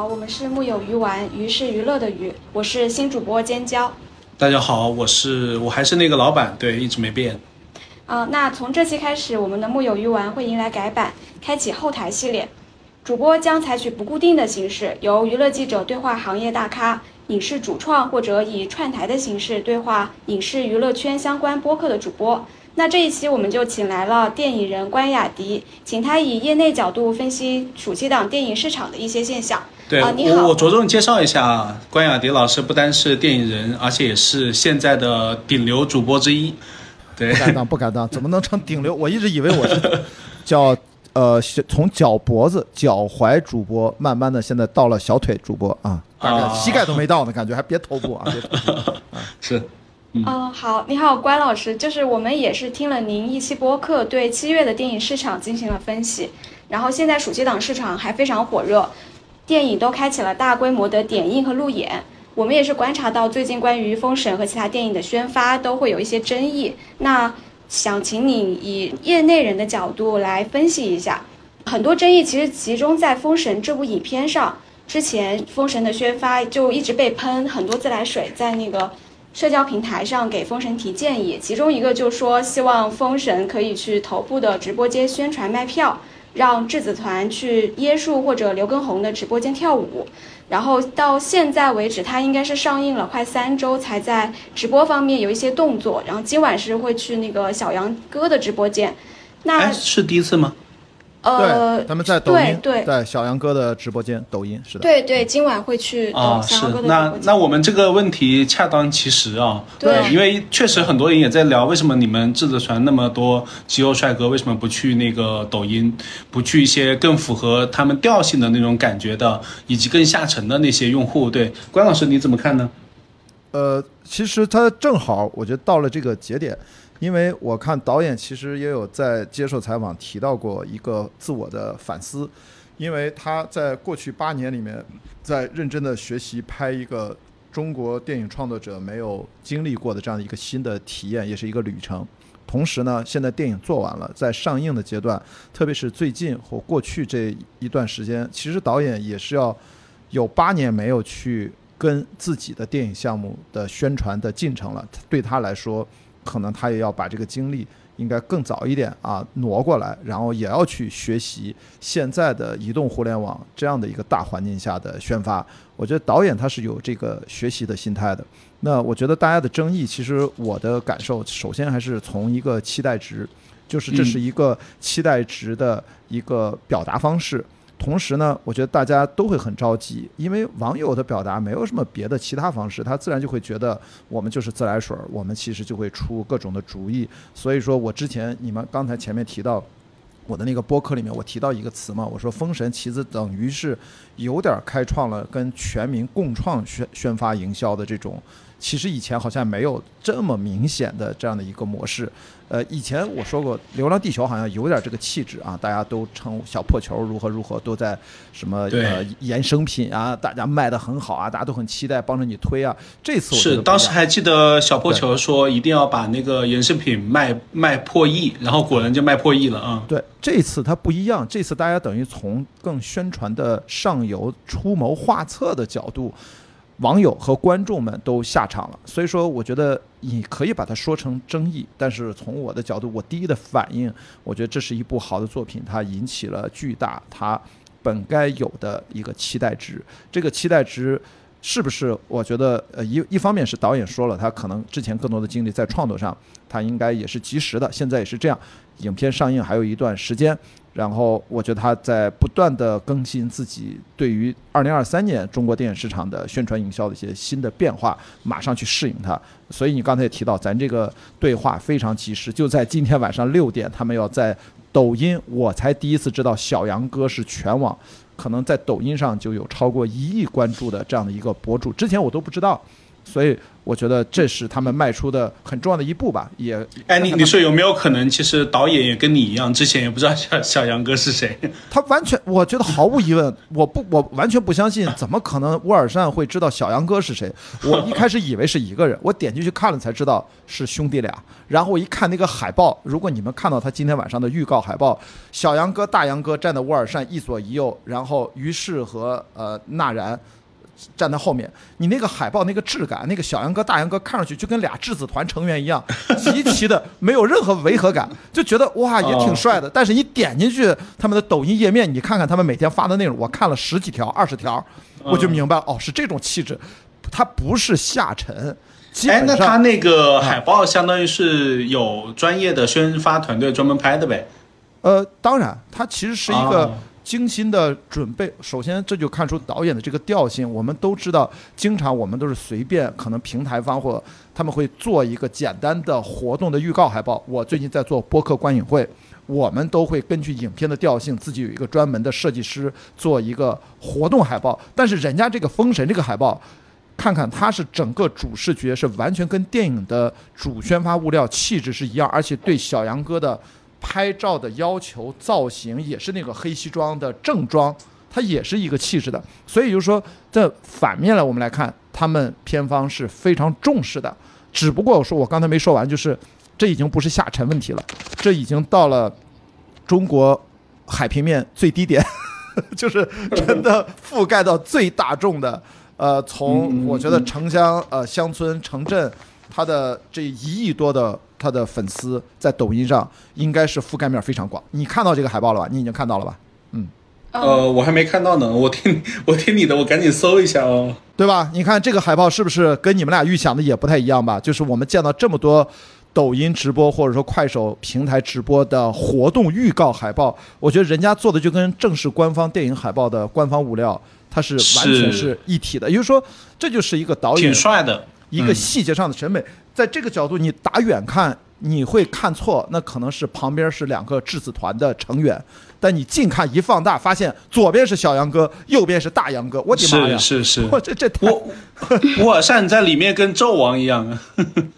我们是木有鱼丸，鱼是娱乐的鱼，我是新主播尖椒。 大家好，我还是那个老板，对，一直没变。 那从这期开始，我们的木有鱼丸会迎来改版，开启后台系列。主播将采取不固定的形式，由娱乐记者对话行业大咖、影视主创或者以串台的形式对话影视娱乐圈相关播客的主播。那这一期我们就请来了电影人关雅迪，请他以业内角度分析暑期档电影市场的一些现象。 对， 你好， 我着重介绍一下，关雅迪老师不单是电影人，而且也是现在的顶流主播之一。对， 不敢当，怎么能成顶流？我一直以为我是叫从脚脖子、脚踝主播，慢慢的现在到了小腿主播啊，大概膝盖都没到呢，感觉还别头部啊，别头部啊是。 好，你好，关老师，就是我们也是听了您一期播客，对7月的电影市场进行了分析，然后现在暑期档市场还非常火热，电影都开启了大规模的点映和路演。我们也是观察到最近关于封神和其他电影的宣发都会有一些争议，那想请你以业内人的角度来分析一下。很多争议其实集中在封神这部影片上，之前封神的宣发就一直被喷，很多自来水在那个社交平台上给封神提建议，其中一个就说希望封神可以去头部的直播间宣传卖票，让质子团去椰树或者刘畊宏的直播间跳舞。然后到现在为止，它应该是上映了快3周才在直播方面有一些动作，然后今晚是会去那个小杨哥的直播间。那是第一次吗？ 对，他们在抖音， 对， 在小杨哥的直播间，抖音是的。 对，今晚会去小杨哥的直播间。 那我们这个问题恰当其时啊， 对， 因为确实很多人也在聊，为什么你们质子团那么多肌肉帅哥，为什么不去那个抖音，不去一些更符合他们调性的那种感觉的，以及更下沉的那些用户？对，关老师你怎么看呢？ 其实他正好，我觉得到了这个节点。因为我看导演其实也有在接受采访提到过一个自我的反思，因为他在过去8年里面在认真的学习拍一个中国电影创作者没有经历过的这样的一个新的体验，也是一个旅程。同时呢，现在电影做完了，在上映的阶段，特别是最近或过去这一段时间，其实导演也是要有8年没有去跟自己的电影项目的宣传的进程了，对他来说可能他也要把这个精力应该更早一点挪过来，然后也要去学习现在的移动互联网这样的一个大环境下的宣发。我觉得导演他是有这个学习的心态的。那我觉得大家的争议，其实我的感受首先还是从一个期待值，就是这是一个期待值的一个表达方式。同时呢，我觉得大家都会很着急，因为网友的表达没有什么别的其他方式，他自然就会觉得我们就是自来水，我们其实就会出各种的主意。所以说我之前你们刚才前面提到我的那个播客里面，我提到一个词嘛，我说封神其实等于是有点开创了跟全民共创宣发营销的这种，其实以前好像没有这么明显的这样的一个模式。以前我说过，《流浪地球》好像有点这个气质啊，大家都称小破球如何，都在什么衍生品啊，大家卖得很好啊，大家都很期待，帮着你推啊。这次我觉得是当时还记得小破球说一定要把那个衍生品卖破亿，然后果然就卖破亿了啊。 对，这次它不一样，这次大家等于从更宣传的上游出谋划策的角度，网友和观众们都下场了，所以说我觉得你可以把它说成争议，但是从我的角度，我第一的反应，我觉得这是一部好的作品，它引起了巨大它本该有的一个期待值。这个期待值是不是？我觉得一方面是导演说了，他可能之前更多的精力在创作上，他应该也是及时的，现在也是这样。影片上映还有一段时间，然后我觉得他在不断的更新自己对于2023年中国电影市场的宣传营销的一些新的变化，马上去适应它。所以你刚才也提到，咱这个对话非常及时，就在今天晚上6点，他们要在抖音，我才第一次知道小杨哥是全网可能在抖音上就有超过1亿关注的这样的一个博主，之前我都不知道。 所以我觉得这是他们迈出的很重要的一步吧。也， 你说有没有可能，其实导演也跟你一样，之前也不知道小杨哥是谁？ 他完全，我觉得毫无疑问，我完全不相信，怎么可能乌尔善会知道小杨哥是谁？我一开始以为是一个人，我点进去看了才知道是兄弟俩。然后我一看那个海报，如果你们看到他今天晚上的预告海报，小杨哥、大杨哥站在乌尔善一左一右，然后于适和纳然站在后面，你那个海报那个质感，那个小杨哥大杨哥看上去就跟俩质子团成员一样，极其的没有任何违和感，就觉得哇也挺帅的。但是你点进去他们的抖音页面，你看看他们每天发的内容，我看了10几条20条，我就明白哦是这种气质，他不是下沉。 那他那个海报相当于是有专业的宣发团队专门拍的呗？ 当然，他其实是一个精心的准备。首先这就看出导演的这个调性。我们都知道，经常我们都是随便，可能平台方或他们会做一个简单的活动的预告海报。我最近在做播客观影会，我们都会根据影片的调性，自己有一个专门的设计师做一个活动海报。但是人家这个封神这个海报，看看它是整个主视觉是完全跟电影的主宣发物料气质是一样，而且对小杨哥的拍照的要求造型也是那个黑西装的正装，它也是一个气质的。所以就是说这反面来我们来看，他们片方是非常重视的。只不过我刚才没说完，就是这已经不是下沉问题了，这已经到了中国海平面最低点就是真的覆盖到最大众的从我觉得城乡乡村城镇，他的这1亿多的他的粉丝在抖音上应该是覆盖面非常广。你看到这个海报了吧？你已经看到了吧？ 我还没看到呢，我听你的，我赶紧搜一下哦， 对吧？你看这个海报是不是跟你们俩预想的也不太一样吧？就是我们见到这么多抖音直播或者说快手平台直播的活动预告海报，我觉得人家做的就跟正式官方电影海报的官方物料它是完全是一体的。也就是说这就是一个导演挺帅的一个细节上的审美。在这个角度你打远看你会看错，那可能是旁边是2个质子团的成员，但你近看一放大，发现左边是小杨哥，右边是大杨哥。我的妈呀！ 是， 这乌尔善在里面跟纣王一样啊。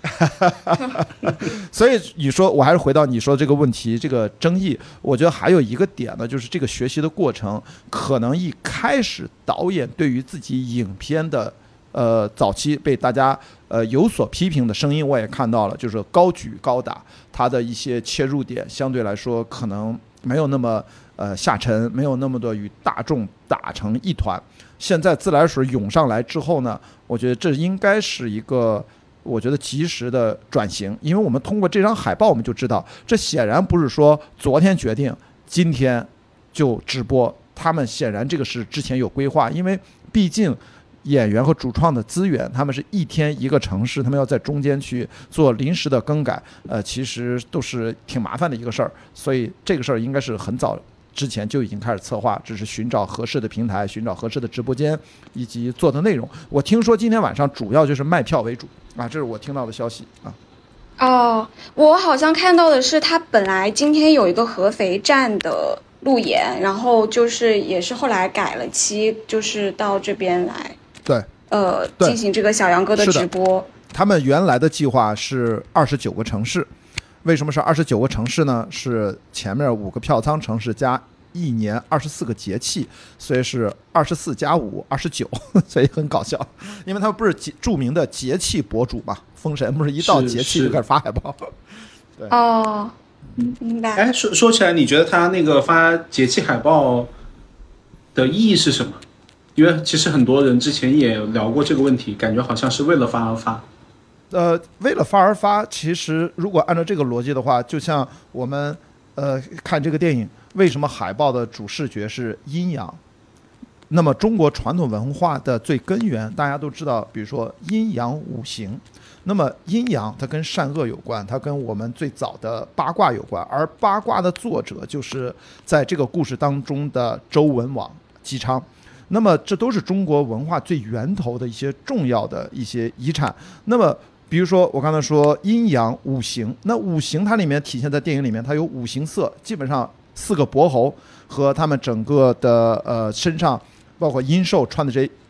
所以你说，我还是回到你说这个问题，这个争议，我觉得还有一个点呢，就是这个学习的过程，可能一开始导演对于自己影片的早期被大家有所批评的声音我也看到了，就是高举高打，他的一些切入点相对来说可能没有那么下沉，没有那么的与大众打成一团。现在自来水涌上来之后呢，我觉得这应该是一个我觉得及时的转型。因为我们通过这张海报我们就知道，这显然不是说昨天决定今天就直播，他们显然这个是之前有规划。因为毕竟演员和主创的资源，他们是一天一个城市，他们要在中间去做临时的更改，其实都是挺麻烦的一个事儿。所以这个事儿应该是很早之前就已经开始策划，只是寻找合适的平台，寻找合适的直播间以及做的内容。我听说今天晚上主要就是卖票为主啊，这是我听到的消息啊。 我好像看到的是他本来今天有一个合肥站的路演，然后就是也是后来改了期，就是到这边来对进行这个小杨哥的直播。 他们原来的计划是29个城市，为什么是29个城市呢？是前面5个票仓城市加1年24个节气，所以是24加5 29，所以很搞笑。因为他们不是著名的节气博主嘛，封神不是一到节气就开始发海报。对明白。 说起来，你觉得他那个发节气海报的意义是什么？因为其实很多人之前也聊过这个问题，感觉好像是为了发而发。 为了发而发，其实如果按照这个逻辑的话，就像我们看这个电影，为什么海报的主视觉是阴阳？那么中国传统文化的最根源，大家都知道，比如说阴阳五行。那么阴阳它跟善恶有关，它跟我们最早的八卦有关，而八卦的作者就是在这个故事当中的周文王姬昌。那么这都是中国文化最源头的一些重要的一些遗产。那么比如说我刚才说阴阳五行，那五行它里面体现在电影里面，它有五行色，基本上4个伯侯和他们整个的身上包括殷寿穿的这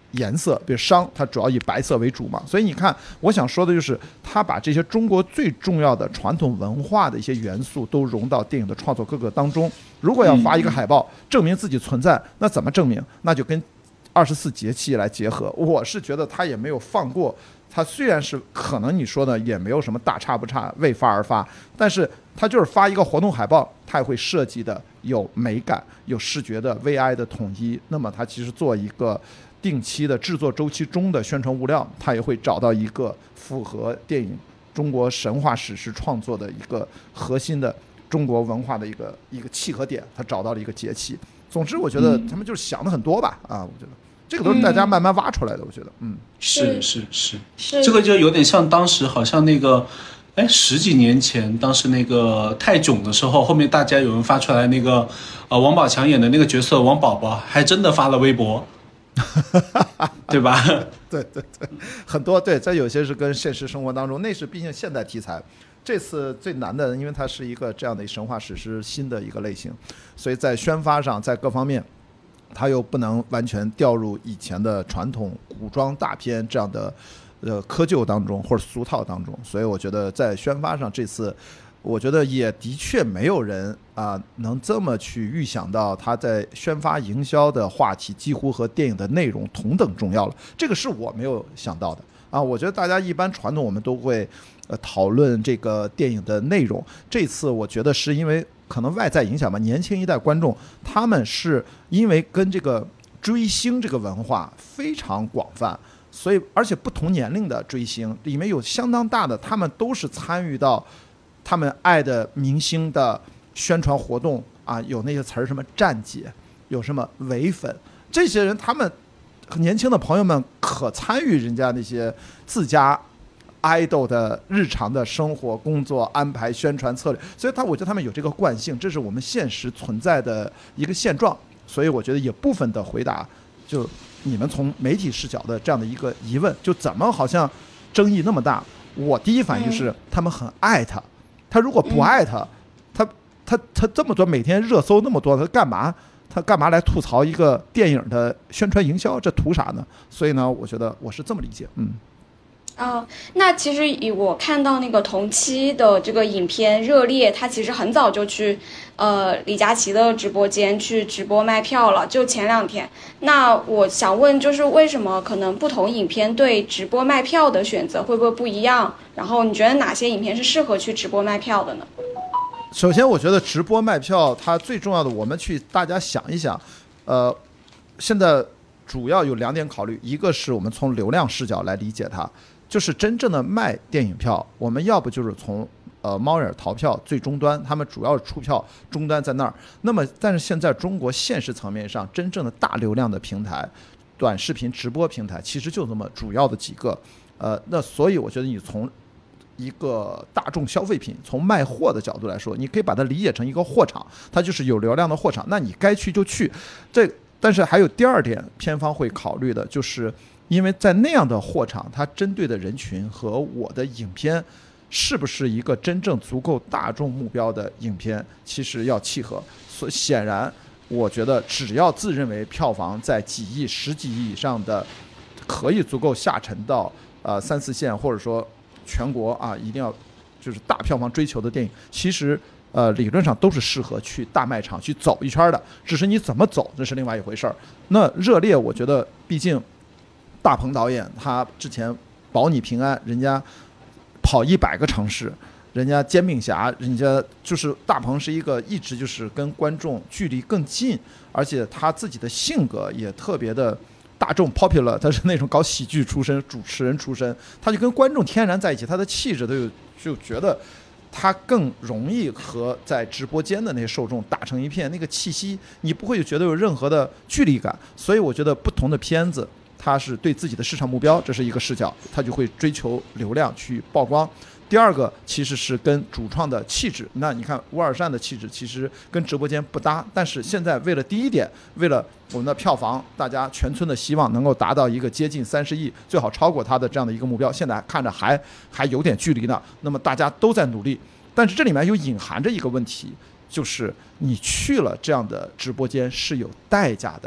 颜色，比如商它主要以白色为主嘛，所以你看，我想说的就是他把这些中国最重要的传统文化的一些元素都融到电影的创作各个当中。如果要发一个海报证明自己存在，那怎么证明？那就跟24节气来结合。我是觉得他也没有放过。它虽然是可能你说的也没有什么大差不差，为发而发，但是它就是发一个活动海报，它也会设计的有美感，有视觉的 VI 的统一。那么它其实做一个定期的制作周期中的宣传物料，它也会找到一个符合电影中国神话史诗创作的一个核心的中国文化的一个契合点，它找到了一个节气。总之，我觉得他们就是想的很多吧，啊，我觉得。这个都是大家慢慢挖出来的，我觉得， 是，这个就有点像当时好像那个，10几年前，当时那个泰囧的时候，后面大家有人发出来那个，王宝强演的那个角色王宝宝，还真的发了微博，对吧？ 对，很多对，在有些是跟现实生活当中，那是毕竟现代题材。这次最难的，因为它是一个这样的神话史诗新的一个类型，所以在宣发上，在各方面。它又不能完全掉入以前的传统古装大片这样的窠臼当中或者俗套当中，所以我觉得在宣发上这次，我觉得也的确没有人能这么去预想到它在宣发营销的话题几乎和电影的内容同等重要了，这个是我没有想到的啊。我觉得大家一般传统我们都会讨论这个电影的内容，这次我觉得是因为可能外在影响吧，年轻一代观众他们是因为跟这个追星这个文化非常广泛，所以而且不同年龄的追星里面有相当大的，他们都是参与到他们爱的明星的宣传活动啊，有那些词儿什么站姐，有什么唯粉，这些人他们年轻的朋友们可参与人家那些自家idol 的日常的生活工作安排宣传策略，所以我觉得他们有这个惯性，这是我们现实存在的一个现状，所以我觉得也部分的回答就你们从媒体视角的这样的一个疑问，就怎么好像争议那么大，我第一反应是他们很爱他如果不爱他这么多每天热搜那么多，他干嘛来吐槽一个电影的宣传营销，这图啥呢？所以呢，我觉得我是这么理解。 那其实以我看到那个同期的这个影片《热烈》，它其实很早就去李佳琦的直播间去直播卖票了，就前2天。那我想问，就是为什么可能不同影片对直播卖票的选择会不会不一样？然后你觉得哪些影片是适合去直播卖票的呢？ 首先，我觉得直播卖票它最重要的，我们去大家想一想，现在主要有2点考虑，一个是我们从流量视角来理解它。就是真正的卖电影票，我们要不就是从猫眼淘票最终端，他们主要出票终端在那儿。那么，但是现在中国现实层面上，真正的大流量的平台，短视频直播平台，其实就这么主要的几个。那所以我觉得你从一个大众消费品，从卖货的角度来说，你可以把它理解成一个货场，它就是有流量的货场，那你该去就去。但是还有第2点，片方会考虑的就是。因为在那样的货场，它针对的人群和我的影片是不是一个真正足够大众目标的影片，其实要契合。所以显然，我觉得只要自认为票房在几亿、10几亿以上的，可以足够下沉到3、4线，或者说全国一定要就是大票房追求的电影，其实理论上都是适合去大卖场去走一圈的，只是你怎么走这是另外一回事儿。那热烈，我觉得毕竟。大鹏导演他之前保你平安，人家跑100个城市，人家煎饼侠，人家就是大鹏是一个一直就是跟观众距离更近，而且他自己的性格也特别的大众 popular， 他是那种搞喜剧出身，主持人出身，他就跟观众天然在一起，他的气质都有，就觉得他更容易和在直播间的那些受众打成一片，那个气息你不会觉得有任何的距离感，所以我觉得不同的片子。他是对自己的市场目标，这是一个视角，他就会追求流量去曝光。第2个其实是跟主创的气质，那你看乌尔善的气质其实跟直播间不搭，但是现在为了第1点，为了我们的票房，大家全村的希望能够达到一个接近30亿，最好超过他的这样的一个目标，现在看着还有点距离呢。那么大家都在努力，但是这里面又隐含着一个问题，就是你去了这样的直播间是有代价的。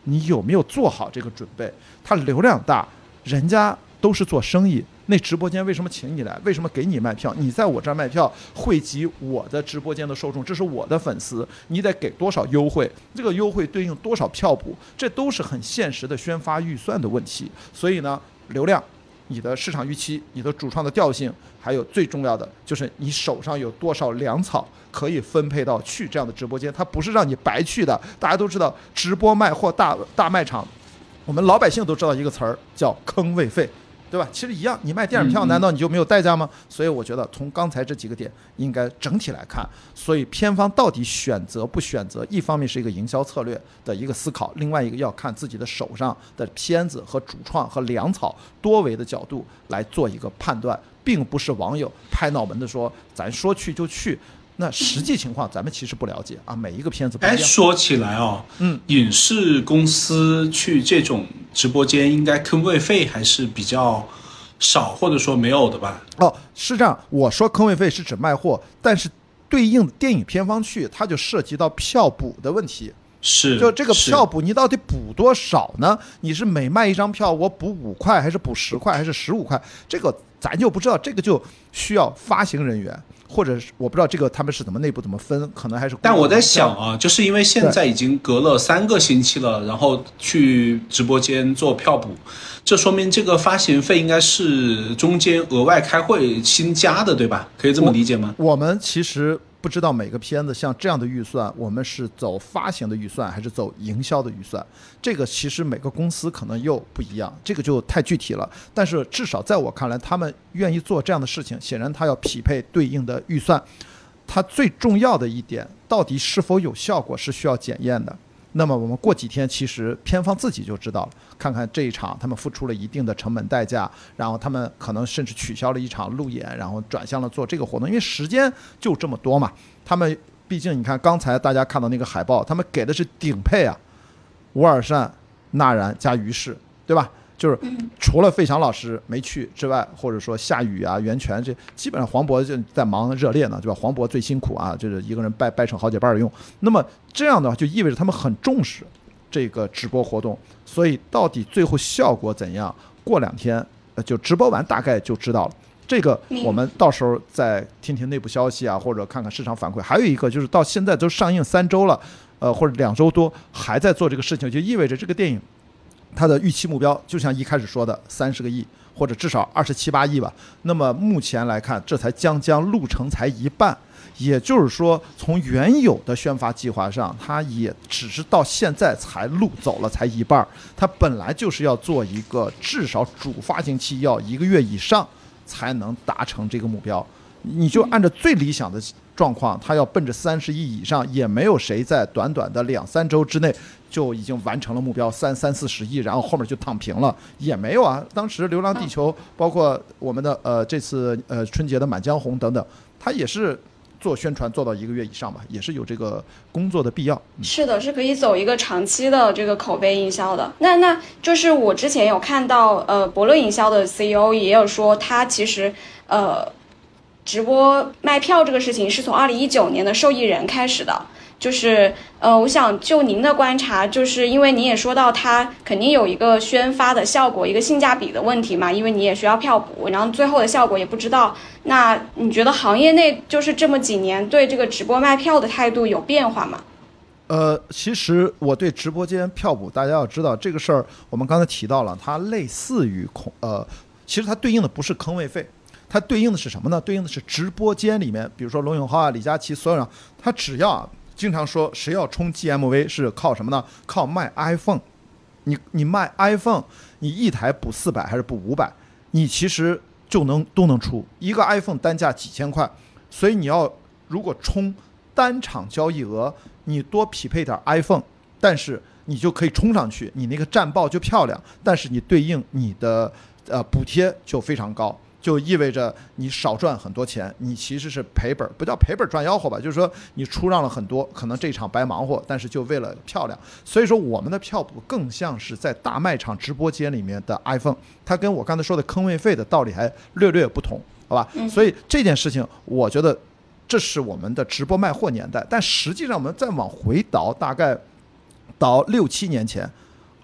你有没有做好这个准备？它流量大，人家都是做生意，那直播间为什么请你来？为什么给你卖票？你在我这儿卖票，汇集我的直播间的受众，这是我的粉丝，你得给多少优惠？这个优惠对应多少票补？这都是很现实的宣发预算的问题。所以呢，流量、你的市场预期、你的主创的调性，还有最重要的就是你手上有多少粮草可以分配到去这样的直播间，它不是让你白去的。大家都知道，直播卖货大卖场，我们老百姓都知道一个词儿叫坑位费，对吧？其实一样，你卖电影票难道你就没有代价吗？所以我觉得从刚才这几个点应该整体来看，所以片方到底选择不选择，一方面是一个营销策略的一个思考，另外一个要看自己的手上的片子和主创和粮草多维的角度来做一个判断，并不是网友拍脑门的说咱说去就去。那实际情况咱们其实不了解啊，每一个片子不一样。 说起来影视公司去这种直播间应该坑位费还是比较少，或者说没有的吧？ 是这样，我说坑位费是指卖货，但是对应电影片方去，它就涉及到票补的问题。就这个票补，你到底补多少呢？你是每卖一张票，我补5块，还是补10块，还是15块？这个咱就不知道，这个就需要发行人员。或者我不知道这个他们是怎么内部怎么分，可能还是。 但我在想啊，就是因为现在已经隔了3个星期了，然后去直播间做票补，这说明这个发行费应该是中间额外开会新加的，对吧？可以这么理解吗？ 我们其实不知道每个片子像这样的预算，我们是走发行的预算还是走营销的预算，这个其实每个公司可能又不一样，这个就太具体了。但是至少在我看来，他们愿意做这样的事情，显然他要匹配对应的预算。它最重要的一点，到底是否有效果是需要检验的。那么我们过几天其实片方自己就知道了，看看这一场他们付出了一定的成本代价，然后他们可能甚至取消了一场路演，然后转向了做这个活动，因为时间就这么多嘛。他们毕竟你看刚才大家看到那个海报，他们给的是顶配啊，吴尔善、纳然加于适，对吧？就是除了费翔老师没去之外，或者说夏雨啊、袁泉，这基本上黄渤就在忙热烈呢，对吧？黄渤最辛苦啊，就是一个人掰成好几半的用。那么这样的话，就意味着他们很重视这个直播活动，所以到底最后效果怎样，过2天就直播完大概就知道了。这个我们到时候再听听内部消息啊，或者看看市场反馈。还有一个就是到现在都上映3周了，或者2周多还在做这个事情，就意味着这个电影它的预期目标就像一开始说的30个亿，或者至少27、8亿吧。那么目前来看，这才将路程才一半，也就是说，从原有的宣发计划上，它也只是到现在才路走了才一半。它本来就是要做一个至少主发行期要1个月以上才能达成这个目标。你就按照最理想的状况，它要奔着30亿以上，也没有谁在短短的2、3周之内就已经完成了目标，30-40亿，然后后面就躺平了，也没有啊。当时《流浪地球》包括我们的这次春节的《满江红》等等，它也是做宣传做到1个月以上吧，也是有这个工作的必要。 是的，是可以走一个长期的这个口碑营销的。那就是我之前有看到伯乐营销的 CEO 也有说，他其实直播卖票这个事情是从2019年的受益人开始的。就是我想就您的观察，就是因为你也说到它肯定有一个宣发的效果，一个性价比的问题嘛，因为你也需要票补，然后最后的效果也不知道。那你觉得行业内就是这么几年对这个直播卖票的态度有变化吗？ 其实我对直播间票补，大家要知道这个事儿，我们刚才提到了，它类似于其实它对应的不是坑位费。它对应的是什么呢？对应的是直播间里面，比如说罗永浩啊、李佳琦所有人，他只要经常说谁要冲 GMV 是靠什么呢？靠卖 iPhone。你卖 iPhone， 你一台补400还是补500，你其实都能出一个 iPhone 单价几千块，所以你要如果冲单场交易额，你多匹配点 iPhone， 但是你就可以冲上去，你那个战报就漂亮，但是你对应你的补贴就非常高。就意味着你少赚很多钱，你其实是赔本，不叫赔本赚吆喝吧，就是说你出让了很多，可能这场白忙活，但是就为了漂亮。所以说我们的票补更像是在大卖场直播间里面的 iPhone， 它跟我刚才说的坑位费的道理还略不同，好吧？所以这件事情我觉得这是我们的直播卖货年代，但实际上我们再往回倒，大概到6、7年前，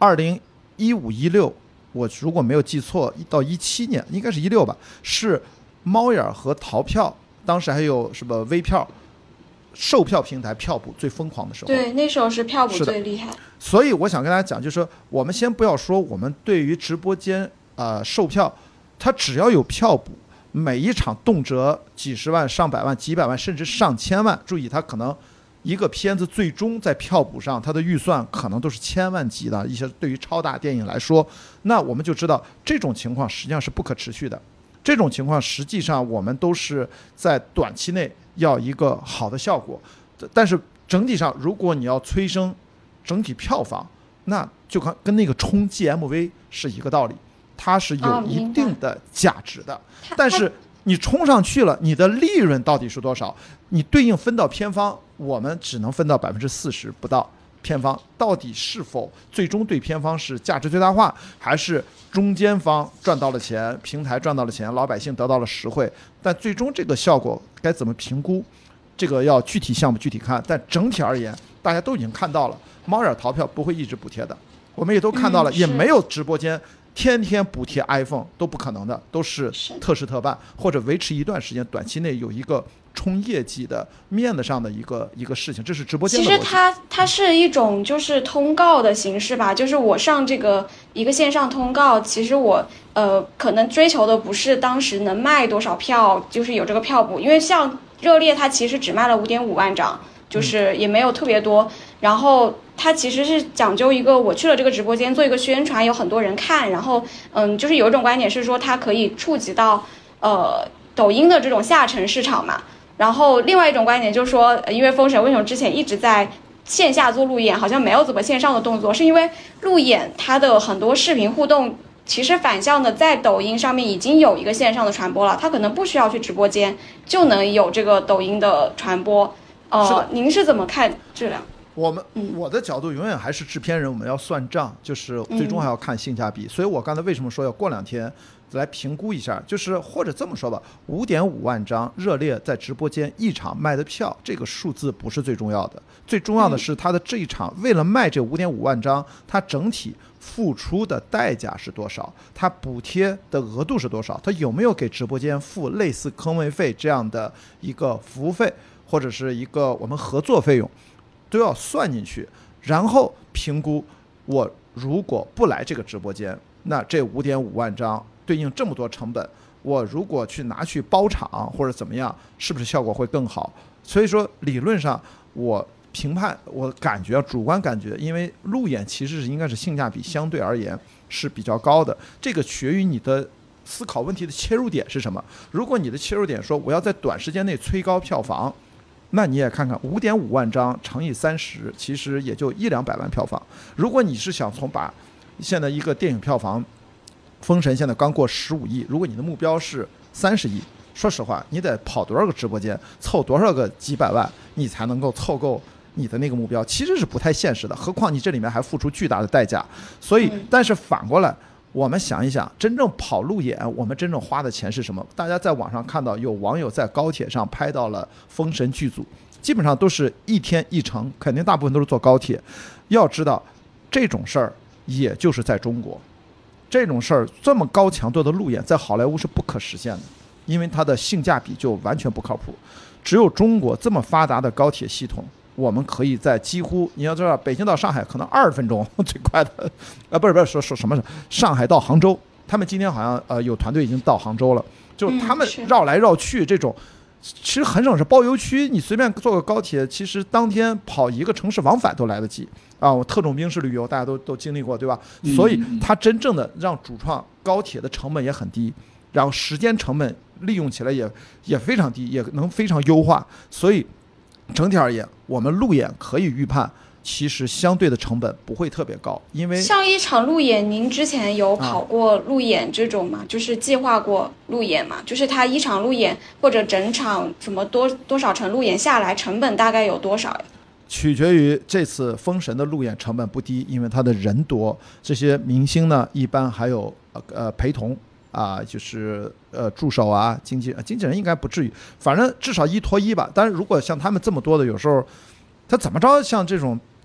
2015-16，我如果没有记错，到17年应该是16吧，是猫眼和淘票，当时还有什么微票。售票平台票补最疯狂的时候， 对，那时候是票补最厉害。 所以我想跟大家讲，就是说我们先不要说我们对于直播间售票，它只要有票补，每一场动辄几十万、上百万、几百万，甚至上千万。注意，它可能一个片子最终在票补上，它的预算可能都是千万级的一些。对于超大电影来说，那我们就知道这种情况实际上是不可持续的。这种情况实际上我们都是在短期内要一个好的效果，但是整体上如果你要催生整体票房，那就跟那个冲 GMV 是一个道理，它是有一定的价值的。但是你冲上去了，你的利润到底是多少？你对应分到片方，我们只能分到40%不到。片方到底是否最终对片方是价值最大化，还是中间方赚到了钱，平台赚到了钱，老百姓得到了实惠？但最终这个效果该怎么评估，这个要具体项目具体看。但整体而言，大家都已经看到了，猫眼淘票不会一直补贴的，我们也都看到了，也没有直播间天天补贴 iPhone， 都不可能的，都是特事特办，或者维持一段时间，短期内有一个冲业绩的面子上的一个事情，这是直播间的逻辑。 其实它是一种就是通告的形式吧，就是我上这个一个线上通告，其实我可能追求的不是当时能卖多少票，就是有这个票补，因为像热烈它其实只卖了5.5万张，就是也没有特别多，然后它其实是讲究一个我去了这个直播间做一个宣传，有很多人看，然后就是有一种观点是说它可以触及到抖音的这种下沉市场嘛。然后另外一种观点就是说，因为封神为什么之前一直在线下做路演，好像没有怎么线上的动作，是因为路演它的很多视频互动其实反向的在抖音上面已经有一个线上的传播了，它可能不需要去直播间就能有这个抖音的传播。您是怎么看这两？ 我的角度永远还是制片人，我们要算账，就是最终还要看性价比。所以我刚才为什么说要过2天来评估一下，就是或者这么说吧，5.5万张热烈在直播间一场卖的票，这个数字不是最重要的，最重要的是他的这一场为了卖这5.5万张，他整体付出的代价是多少，他补贴的额度是多少，他有没有给直播间付类似坑位费这样的一个服务费，或者是一个我们合作费用，都要算进去，然后评估我如果不来这个直播间，那这5.5万张对应这么多成本，我如果去拿去包场或者怎么样，是不是效果会更好？所以说理论上我评判，我感觉主观感觉，因为路演其实应该是性价比相对而言是比较高的，这个取决于你的思考问题的切入点是什么。如果你的切入点说我要在短时间内催高票房，那你也看看5.5万张乘以30，其实也就100-200万票房。如果你是想把现在一个电影票房，封神现在刚过15亿，如果你的目标是30亿，说实话，你得跑多少个直播间，凑多少个几百万，你才能够凑够你的那个目标，其实是不太现实的。何况你这里面还付出巨大的代价。所以，但是反过来，我们想一想，真正跑路演，我们真正花的钱是什么？大家在网上看到有网友在高铁上拍到了封神剧组，基本上都是一天一程，肯定大部分都是坐高铁。要知道，这种事儿也就是在中国，这种事儿这么高强度的路演，在好莱坞是不可实现的，因为它的性价比就完全不靠谱。只有中国这么发达的高铁系统，我们可以在几乎，你要知道，北京到上海可能20分钟最快的，不是说什么上海到杭州，他们今天好像有团队已经到杭州了，就他们绕来绕去这种，其实很省事。包邮区你随便坐个高铁，其实当天跑一个城市往返都来得及啊。我特种兵式旅游大家都经历过，对吧？所以它真正的让主创高铁的成本也很低，然后时间成本利用起来也非常低，也能非常优化。所以整体而言，我们路演可以预判，其实相对的成本不会特别高，因为像一场路演，您之前有跑过路演这种吗？就是计划过路演嘛？就是它一场路演或者整场什么多少场路演下来，成本大概有多少呀？ 取决于这次封神的路演成本不低，因为他的人多，这些明星呢一般还有陪同啊，就是助手啊，经纪人应该不至于，反正至少1拖1吧。但是如果像他们这么多的，有时候他怎么着，像这种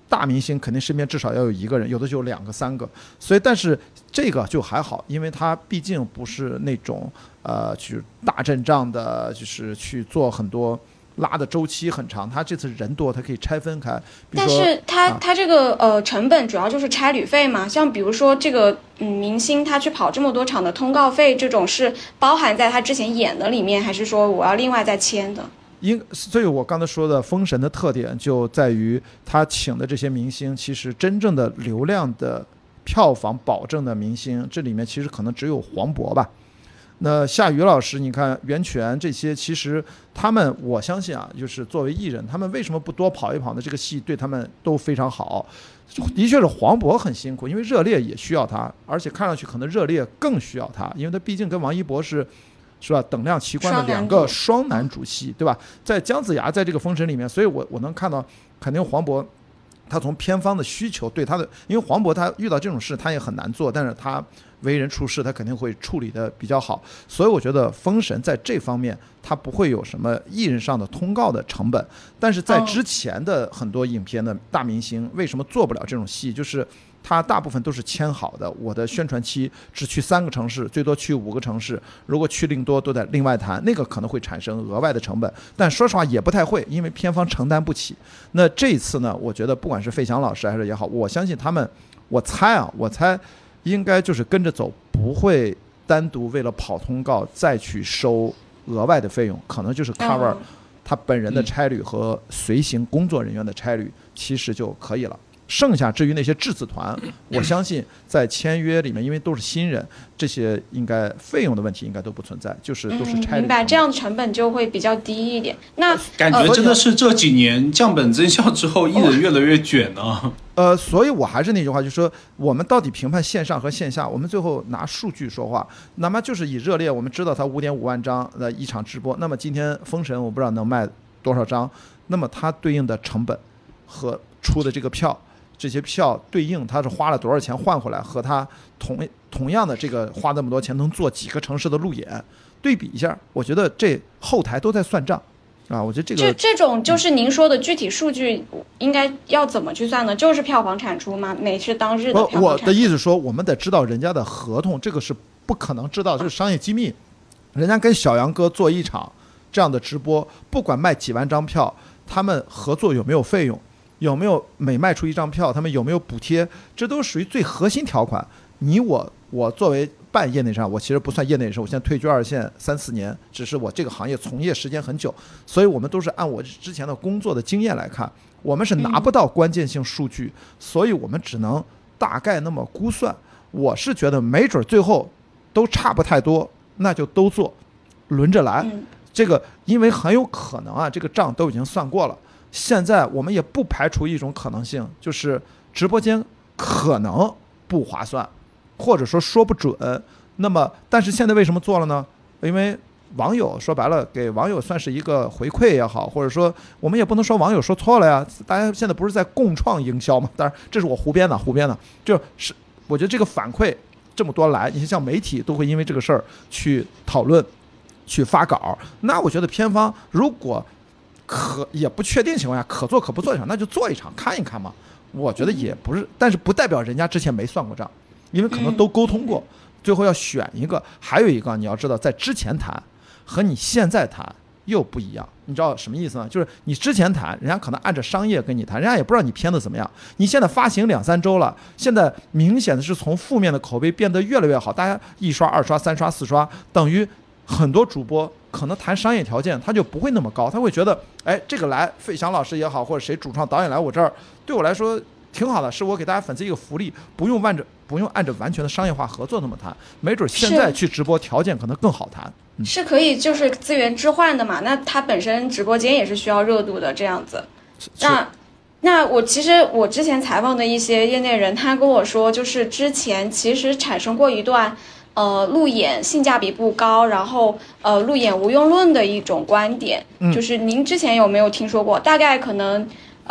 大明星肯定身边至少要有一个人，有的就有2个3个，所以但是这个就还好，因为他毕竟不是那种去大阵仗的，就是去做很多拉的周期很长，他这次人多，他可以拆分开。 但是他这个成本主要就是差旅费嘛，像比如说这个明星他去跑这么多场的通告费，这种是包含在他之前演的里面，还是说我要另外再签的？ 所以我刚才说的封神的特点就在于他请的这些明星，其实真正的流量的票房保证的明星，这里面其实可能只有黄渤吧。那夏雨老师，你看袁泉这些，其实他们我相信啊，就是作为艺人，他们为什么不多跑一跑呢？这个戏对他们都非常好。的确是黄渤很辛苦，因为热烈也需要他，而且看上去可能热烈更需要他，因为他毕竟跟王一博是吧等量齐观的2个双男主戏，对吧？在姜子牙在这个封神里面，所以我能看到，肯定黄渤他从片方的需求对他的，因为黄渤他遇到这种事他也很难做，但是他为人处事他肯定会处理的比较好，所以我觉得封神在这方面他不会有什么艺人上的通告的成本，但是在之前的很多影片的大明星为什么做不了这种戏，就是他大部分都是签好的，我的宣传期只去3个城市，最多去5个城市，如果去另多都得另外谈，那个可能会产生额外的成本，但说实话也不太会，因为片方承担不起。那这一次呢，我觉得不管是费翔老师还是也好，我相信他们，我猜应该就是跟着走，不会单独为了跑通告再去收额外的费用，可能就是 cover 他本人的差旅和随行工作人员的差旅，其实就可以了。剩下至于那些质子团，我相信在签约里面，因为都是新人，这些应该费用的问题应该都不存在，就是都是差旅。 明白，这样成本就会比较低一点。那感觉真的是这几年降本增效之后，艺人越来越卷了。 所以我还是那句话，就是说我们到底评判线上和线下，我们最后拿数据说话。那么就是以热烈，我们知道它5.5万张的一场直播，那么今天封神我不知道能卖多少张，那么它对应的成本和出的这个票。这些票对应他是花了多少钱换回来，和他同样的这个花那么多钱能做几个城市的路演，对比一下，我觉得这后台都在算账啊。我觉得这种就是您说的具体数据应该要怎么去算呢？就是票房产出吗？每是当日的票房产出？ 我的意思说，我们得知道人家的合同，这个是不可能知道，这是商业机密。人家跟小杨哥做一场这样的直播，不管卖几万张票，他们合作有没有费用？有没有每卖出1张票，他们有没有补贴？这都属于最核心条款。我作为半业内人，我其实不算业内人士，我现在退居2线3、4年，只是我这个行业从业时间很久，所以我们都是按我之前的工作的经验来看，我们是拿不到关键性数据，所以我们只能大概那么估算。我是觉得没准最后都差不太多，那就都做，轮着来。这个因为很有可能啊，这个账都已经算过了。现在我们也不排除一种可能性，就是直播间可能不划算，或者说不准。那么，但是现在为什么做了呢？因为网友说白了，给网友算是一个回馈也好，或者说我们也不能说网友说错了呀。大家现在不是在共创营销吗？当然，这是我胡编的，就是我觉得这个反馈这么多来，你像媒体都会因为这个事儿去讨论、去发稿。那我觉得片方如果也不确定情况下可做可不做一场，那就做一场看一看嘛。我觉得也不是，但是不代表人家之前没算过账，因为可能都沟通过，最后要选一个。还有一个你要知道，在之前谈和你现在谈又不一样。你知道什么意思呢？就是你之前谈，人家可能按照商业跟你谈，人家也不知道你片子怎么样。你现在发行2、3周了，现在明显的是从负面的口碑变得越来越好，大家1刷、2刷、3刷、4刷，等于很多主播可能谈商业条件他就不会那么高，他会觉得，哎，这个来费翔老师也好，或者谁主创导演来我这儿，对我来说挺好的，是我给大家粉丝一个福利，不用按照完全的商业化合作那么谈，没准现在去直播条件可能更好谈。 是可以就是资源置换的嘛？那他本身直播间也是需要热度的这样子。那我之前采访的一些业内人，他跟我说，就是之前其实产生过一段路演性价比不高，然后路演无用论的一种观点。就是您之前有没有听说过？大概可能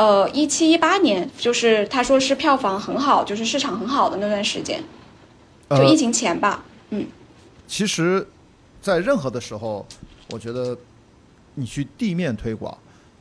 17、18年，就是他说是票房很好，就是市场很好的那段时间，就疫情前吧。 其实在任何的时候，我觉得你去地面推广，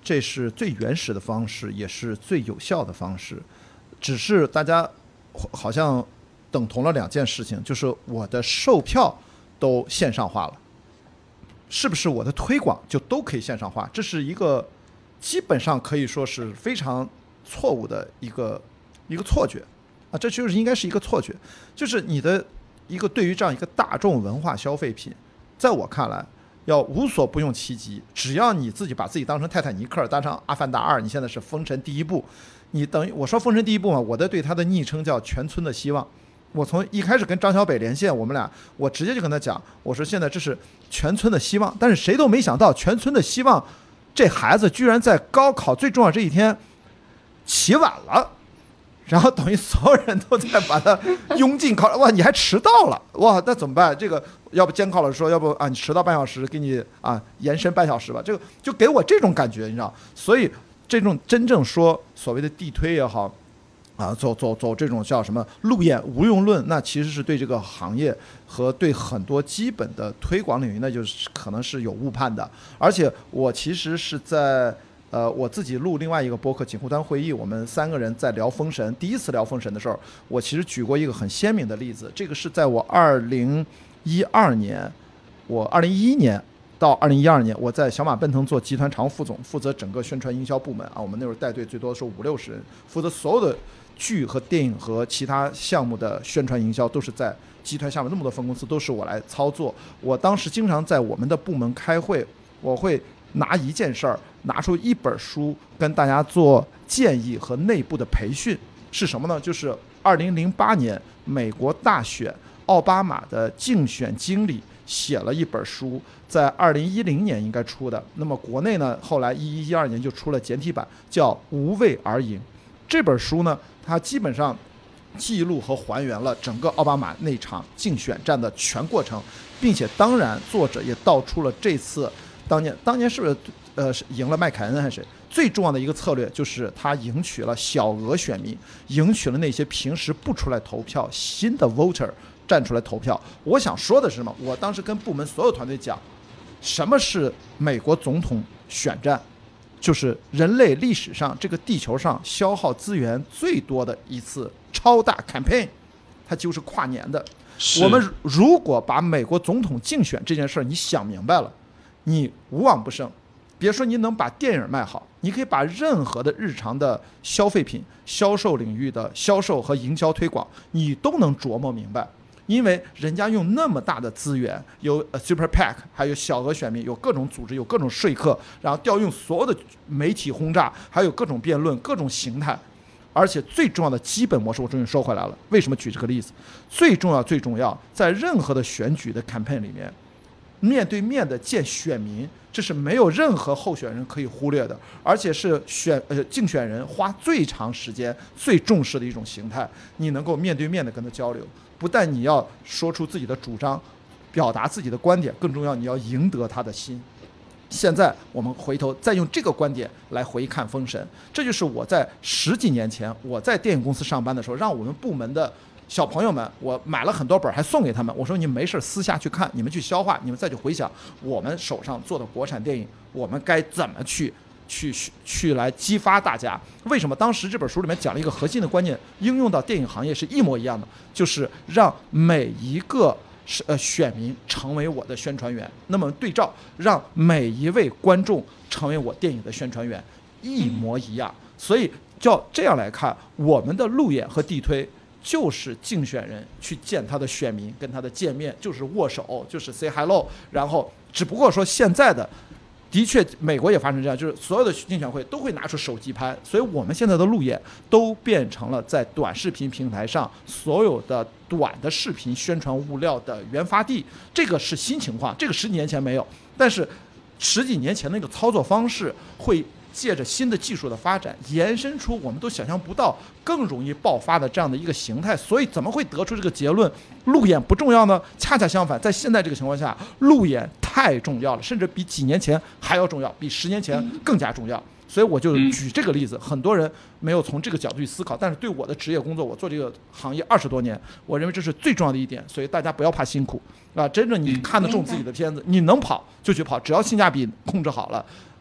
这是最原始的方式，也是最有效的方式。只是大家好像等同了两件事情，就是我的售票都线上化了，是不是我的推广就都可以线上化？这是一个基本上可以说是非常错误的一个错觉啊，这就是应该是一个错觉，就是你的一个对于这样一个大众文化消费品，在我看来要无所不用其极，只要你自己把自己当成泰坦尼克，当成阿凡达2，你现在是封神第一部，你等于我说封神第一部嘛，我的对他的昵称叫全村的希望。我从一开始跟张小北连线，我们俩我直接就跟他讲，我说现在这是全村的希望，但是谁都没想到全村的希望这孩子居然在高考最重要这一天起晚了，然后等于所有人都在把他拥进考，哇，你还迟到了，哇，那怎么办？这个要不监考老师说，要不啊，你迟到半小时，给你啊延伸半小时吧。这个就给我这种感觉，你知道，所以这种真正说所谓的地推也好。啊，走这种叫什么路演无用论，那其实是对这个行业和对很多基本的推广领域，那就是可能是有误判的。而且我其实是在我自己录另外一个播客锦湖端会议，我们3个人在聊封神，第一次聊封神的时候，我其实举过一个很鲜明的例子，这个是在我2012年，我2011年。到2012年，我在小马奔腾做集团常务副总，负责整个宣传营销部门啊。我们那会儿带队最多是50-60人，负责所有的剧和电影和其他项目的宣传营销，都是在集团下面那么多分公司，都是我来操作。我当时经常在我们的部门开会，我会拿一件事儿，拿出一本书跟大家做建议和内部的培训。是什么呢？就是2008年美国大选，奥巴马的竞选经理写了一本书，在2010年应该出的。那么国内呢，后来11、12年就出了简体版，叫《无畏而赢》。这本书呢，它基本上记录和还原了整个奥巴马那场竞选战的全过程，并且当然作者也道出了这次当年是不是是赢了麦凯恩还是谁？最重要的一个策略就是他赢取了小额选民，赢取了那些平时不出来投票新的 voter。站出来投票。我想说的是什么？我当时跟部门所有团队讲，什么是美国总统选战？就是人类历史上这个地球上消耗资源最多的一次超大 campaign， 它就是跨年的。我们如果把美国总统竞选这件事你想明白了，你无往不胜。别说你能把电影卖好，你可以把任何的日常的消费品销售领域的销售和营销推广，你都能琢磨明白。因为人家用那么大的资源，有 Super PAC， 还有小额选民，有各种组织，有各种说客，然后调用所有的媒体轰炸，还有各种辩论，各种形态。而且最重要的基本模式，我终于说回来了。为什么举这个例子？最重要，在任何的选举的 campaign 里面，面对面的见选民，这是没有任何候选人可以忽略的，而且是竞选人花最长时间、最重视的一种形态。你能够面对面的跟他交流。不但你要说出自己的主张，表达自己的观点，更重要，你要赢得他的心。现在我们回头再用这个观点来回看封神，这就是我在10几年前我在电影公司上班的时候，让我们部门的小朋友们，我买了很多本还送给他们，我说你们没事私下去看，你们去消化，你们再去回想我们手上做的国产电影，我们该怎么去来激发大家。为什么当时这本书里面讲了一个核心的观念，应用到电影行业是一模一样的，就是让每一个选民成为我的宣传员，那么对照让每一位观众成为我电影的宣传员，一模一样。所以照这样来看，我们的路演和地推就是竞选人去见他的选民，跟他的见面就是握手，就是 say hello， 然后只不过说现在的确，美国也发生这样，就是所有的竞选会都会拿出手机拍，所以我们现在的路演都变成了在短视频平台上所有的短的视频宣传物料的原发地。这个是新情况，这个10几年前没有，但是10几年前那个操作方式会借着新的技术的发展，延伸出我们都想象不到更容易爆发的这样的一个形态。所以怎么会得出这个结论，路演不重要呢？恰恰相反，在现在这个情况下，路演太重要了，甚至比几年前还要重要，比10年前更加重要。所以我就举这个例子，很多人没有从这个角度去思考，但是对我的职业工作，我做这个行业20多年，我认为这是最重要的一点。所以大家不要怕辛苦啊，真正你看得中自己的片子，你能跑就去跑，只要性价比控制好了，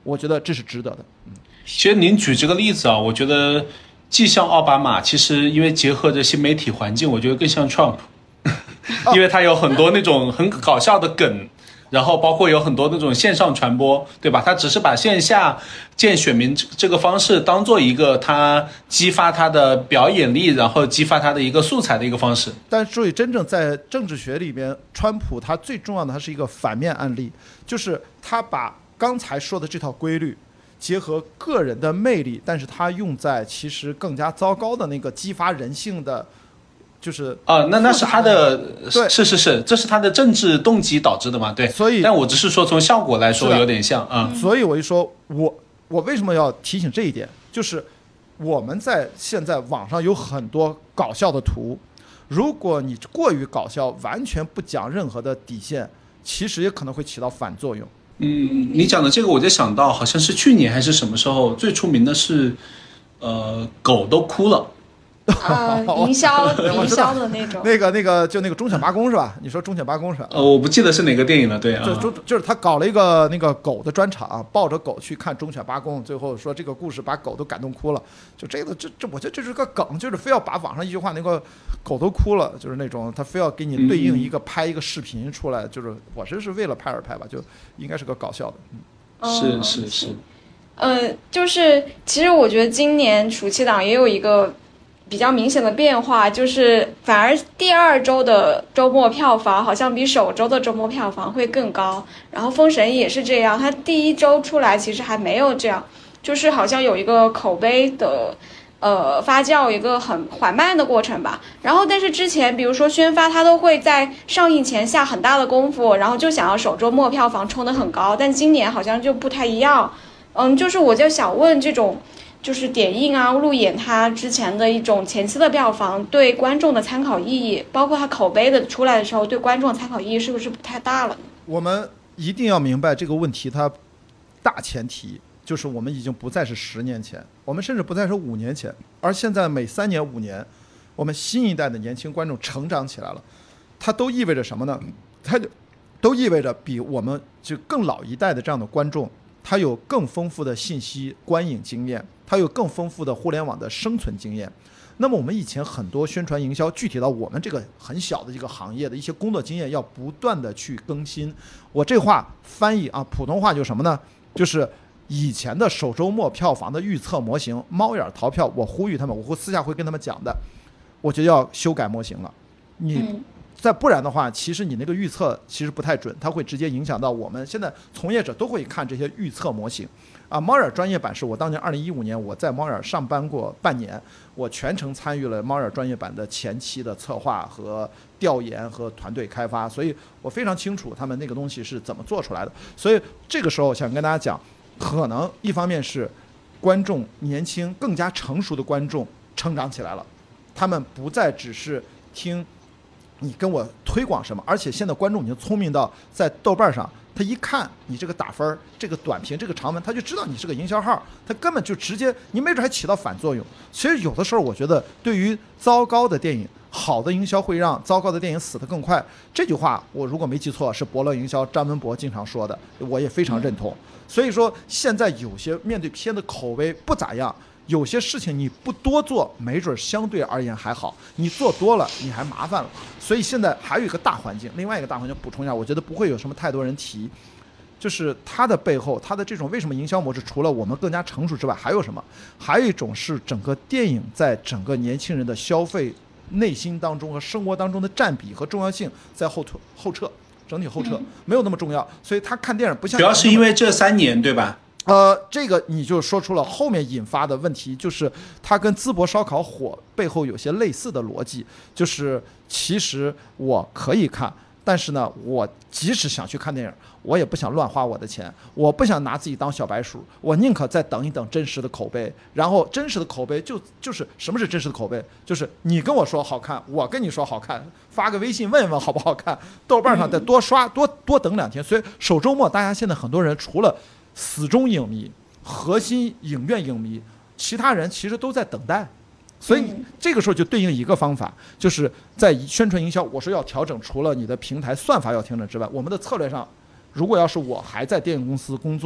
我觉得这是值得的。 其实您举这个例子啊，我觉得既像奥巴马，其实因为结合着新媒体环境，我觉得更像 Trump， 因为他有很多那种很搞笑的梗，然后包括有很多那种线上传播，对吧？他只是把线下见选民这个方式当做一个他激发他的表演力，然后激发他的一个素材的一个方式。 但所以真正在政治学里边，川普他最重要的，他是一个反面案例，就是他把刚才说的这套规律结合个人的魅力，但是他用在其实更加糟糕的那个激发人性的，就是那是他的， 对， 是，这是他的政治动机导致的嘛？对， 所以， 但我只是说从效果来说有点像啊。 所以我就说我为什么要提醒这一点，就是我们现在网上有很多搞笑的图，如果你过于搞笑，完全不讲任何的底线，其实也可能会起到反作用。 你讲的这个，我就想到好像是去年还是什么时候，最出名的是，狗都哭了。 营销的那种， 那个就那个忠犬八公是吧？你说忠犬八公是吧？ 我不记得是哪个电影了，对啊， 就是他搞了一个那个狗的专场，抱着狗去看忠犬八公，最后说这个故事把狗都感动哭了。就这个我觉得这是个梗，就是非要把网上一句话那个狗都哭了，就是那种他非要给你对应一个拍一个视频出来，就是我这是为了拍而拍吧，就应该是个搞笑的。 是。 就是其实我觉得今年暑期档也有一个比较明显的变化，就是反而第二周的周末票房好像比首周的周末票房会更高，然后封神也是这样，它第一周出来其实还没有这样，就是好像有一个口碑的发酵一个很缓慢的过程吧。然后但是之前比如说宣发它都会在上映前下很大的功夫，然后就想要首周末票房冲得很高，但今年好像就不太一样。就是我就想问这种就是点映啊路演它之前的一种前期的票房对观众的参考意义，包括它口碑的出来的时候对观众的参考意义是不是不太大了呢？ 我们一定要明白这个问题，它大前提就是我们已经不再是10年前，我们甚至不再是5年前，而现在每3年5年我们新一代的年轻观众成长起来了，它都意味着什么呢？它就都意味着比我们就更老一代的这样的观众，他有更丰富的信息观影经验，他有更丰富的互联网的生存经验。那么我们以前很多宣传营销，具体到我们这个很小的一个行业的一些工作经验，要不断的去更新。我这话翻译啊，普通话就是什么呢？就是以前的首周末票房的预测模型，猫眼淘票，我呼吁他们，我会私下会跟他们讲的，我觉得要修改模型了。你再不然的话，其实你那个预测其实不太准，它会直接影响到我们现在从业者都会看这些预测模型啊。猫眼专业版是我当年2015年我在猫眼上班过半年，我全程参与了猫眼专业版的前期的策划和调研和团队开发，所以我非常清楚他们那个东西是怎么做出来的。所以这个时候想跟大家讲，可能一方面是观众年轻更加成熟的观众成长起来了，他们不再只是听你跟我推广什么，而且现在观众已经聪明到在豆瓣上，他一看你这个打分、这个短评、这个长文，他就知道你是个营销号，他根本就直接，你没准还起到反作用。其实有的时候，我觉得对于糟糕的电影，好的营销会让糟糕的电影死得更快。这句话我如果没记错，是伯乐营销张文博经常说的，我也非常认同。所以说，现在有些面对片的口碑不咋样。有些事情你不多做，没准相对而言还好，你做多了你还麻烦了。所以现在还有一个大环境，另外一个大环境补充一下，我觉得不会有什么太多人提，就是它的背后，它的这种为什么营销模式，除了我们更加成熟之外，还有什么？还有一种是整个电影在整个年轻人的消费内心当中和生活当中的占比和重要性在后撤，整体后撤没有那么重要，所以他看电影不像主要是因为这3年，对吧？ 这个你就说出了后面引发的问题，就是它跟淄博烧烤火背后有些类似的逻辑，就是其实我可以看，但是呢，我即使想去看电影，我也不想乱花我的钱，我不想拿自己当小白鼠，我宁可再等一等真实的口碑。然后真实的口碑就是什么是真实的口碑？就是你跟我说好看，我跟你说好看，发个微信问问好不好看，豆瓣上再多刷多等2天。所以首周末大家现在很多人除了死忠影迷、核心影院影迷，其他人其实都在等待，所以这个时候就对应一个方法，就是在宣传营销，我说要调整，除了你的平台算法要调整之外，我们的策略上，如果要是我还在电影公司工作，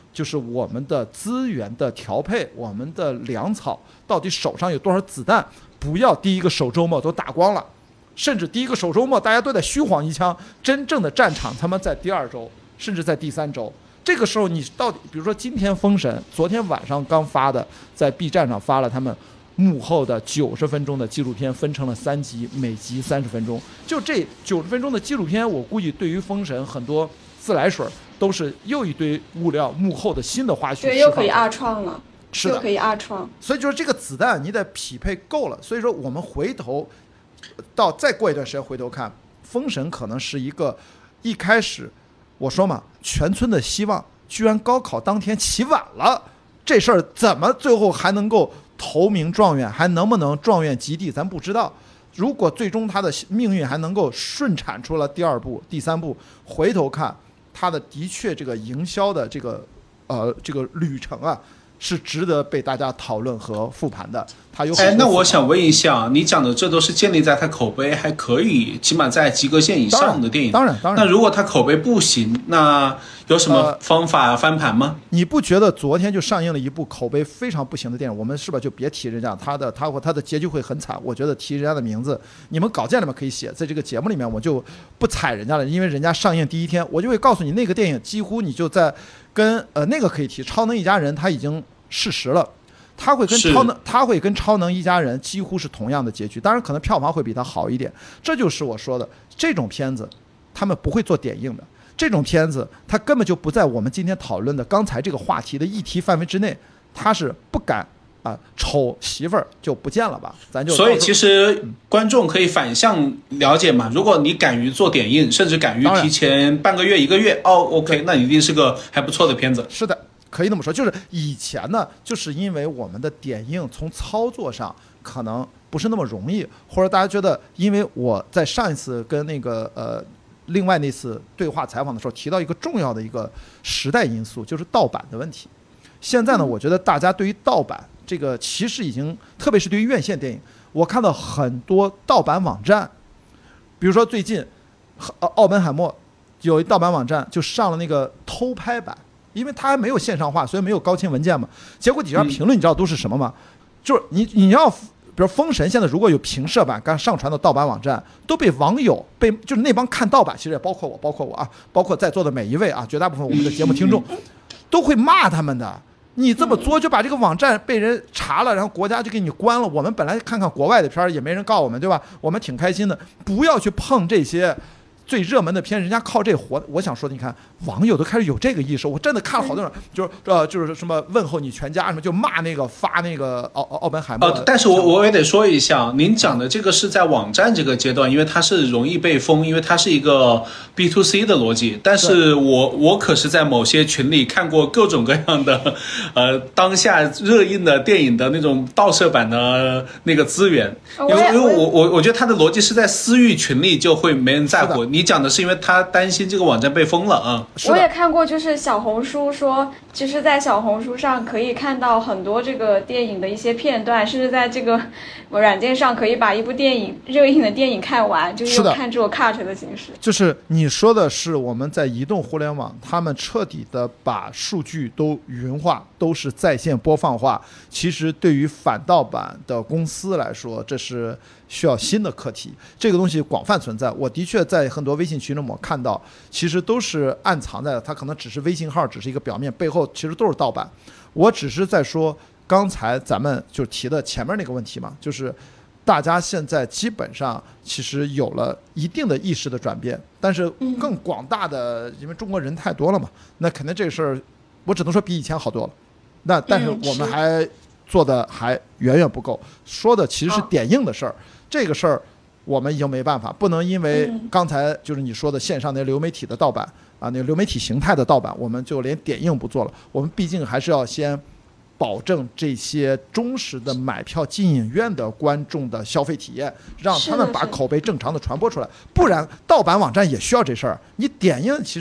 就是我们的资源的调配，我们的粮草到底手上有多少子弹，不要第一个首周末都打光了，甚至第一个首周末大家都在虚晃一枪，真正的战场他们在第2周甚至在第3周。这个时候你到底比如说今天封神昨天晚上刚发的，在 B 站上发了他们幕后的90分钟的纪录片，分成了3集，每集30分钟。就这90分钟的纪录片，我估计对于封神很多自来水都是又一堆物料，幕后的新的花絮， 对，又可以二创了， 是的， 又可以二创。 所以就是这个子弹你得匹配够了。所以说我们回头到再过一段时间回头看，封神可能是一个一开始我说嘛，全村的希望，居然高考当天起晚了，这事儿怎么最后还能够投名状元，还能不能状元及第咱不知道。如果最终他的命运还能够顺产出了第2部第3部，回头看他的确这个营销的这个旅程啊，是值得被大家讨论和复盘的。他有那我想问一下，你讲的这都是建立在他口碑还可以，起码在及格线以上的电影。 当然。 那如果他口碑不行，那有什么方法翻盘吗？ 你不觉得昨天就上映了一部口碑非常不行的电影？我们是吧就别提人家，他的结局会很惨。我觉得提人家的名字，你们稿件里面可以写，在这个节目里面我就不踩人家了，因为人家上映第1天，我就会告诉你那个电影几乎你就在跟那个可以提《超能一家人》，他已经事实了。他会跟超能一家人几乎是同样的结局，当然可能票房会比他好一点。这就是我说的，这种片子他们不会做点映的，这种片子它根本就不在我们今天讨论的刚才这个话题的议题范围之内，他是不敢丑媳妇儿就不见了吧，咱就。 所以其实观众可以反向了解嘛，如果你敢于做点映，甚至敢于提前半个月1个月，OK， 那一定是个还不错的片子。 是的，可以这么说。就是以前呢，就是因为我们的点映从操作上可能不是那么容易，或者大家觉得，因为我在上一次跟那个另外那次对话采访的时候提到一个重要的一个时代因素，就是盗版的问题。现在呢，我觉得大家对于盗版这个其实已经，特别是对于院线电影，我看到很多盗版网站，比如说最近奥本海默有一盗版网站就上了那个偷拍版，因为它还没有线上化，所以没有高清文件嘛。结果底下评论你知道都是什么吗？就是你要比如封神现在如果有平射版刚上传到盗版网站，都被网友就是那帮看盗版，其实也包括我啊，包括在座的每一位啊，绝大部分我们的节目听众都会骂他们的。你这么做就把这个网站被人查了，然后国家就给你关了。我们本来看看国外的片儿也没人告我们，对吧？我们挺开心的。不要去碰这些最热门的片，人家靠这活。我想说的，你看网友都开始有这个意识。我真的看了好多人，就是什么问候你全家什么，就骂那个发那个奥本海默。 但是我也得说一下，您讲的这个是在网站这个阶段，因为它是容易被封，因为它是一个 B2C 的逻辑。但是我可是在某些群里看过各种各样的当下热映的电影的那种盗摄版的那个资源，因为我觉得它的逻辑是在私域群里就会没人在乎。你讲的是因为他担心这个网站被封了啊。 我也看过，就是小红书说，就是在小红书上可以看到很多这个电影的一些片段，甚至在这个软件上可以把一部电影热映的电影看完，就是用看这种 cut 的形式。 就是你说的是我们在移动互联网，他们彻底的把数据都云化，都是在线播放化。其实对于反盗版的公司来说，这是需要新的课题，这个东西广泛存在。我的确在很多微信群中我看到，其实都是暗藏在的，它可能只是微信号，只是一个表面，背后其实都是盗版。我只是在说刚才咱们就提的前面那个问题嘛，就是大家现在基本上其实有了一定的意识的转变，但是更广大的，因为中国人太多了嘛，那肯定这个事儿我只能说比以前好多了。但是我们还做的还远远不够，说的其实是点映的事儿。这个事儿我们已经没办法，不能因为刚才就是你说的线上那流媒体的盗版啊，那个流媒体形态的盗版，我们就连点映不做了。我们毕竟还是要先保证这些忠实的买票进影院的观众的消费体验，让他们把口碑正常的传播出来。不然盗版网站也需要这事儿。你点映其实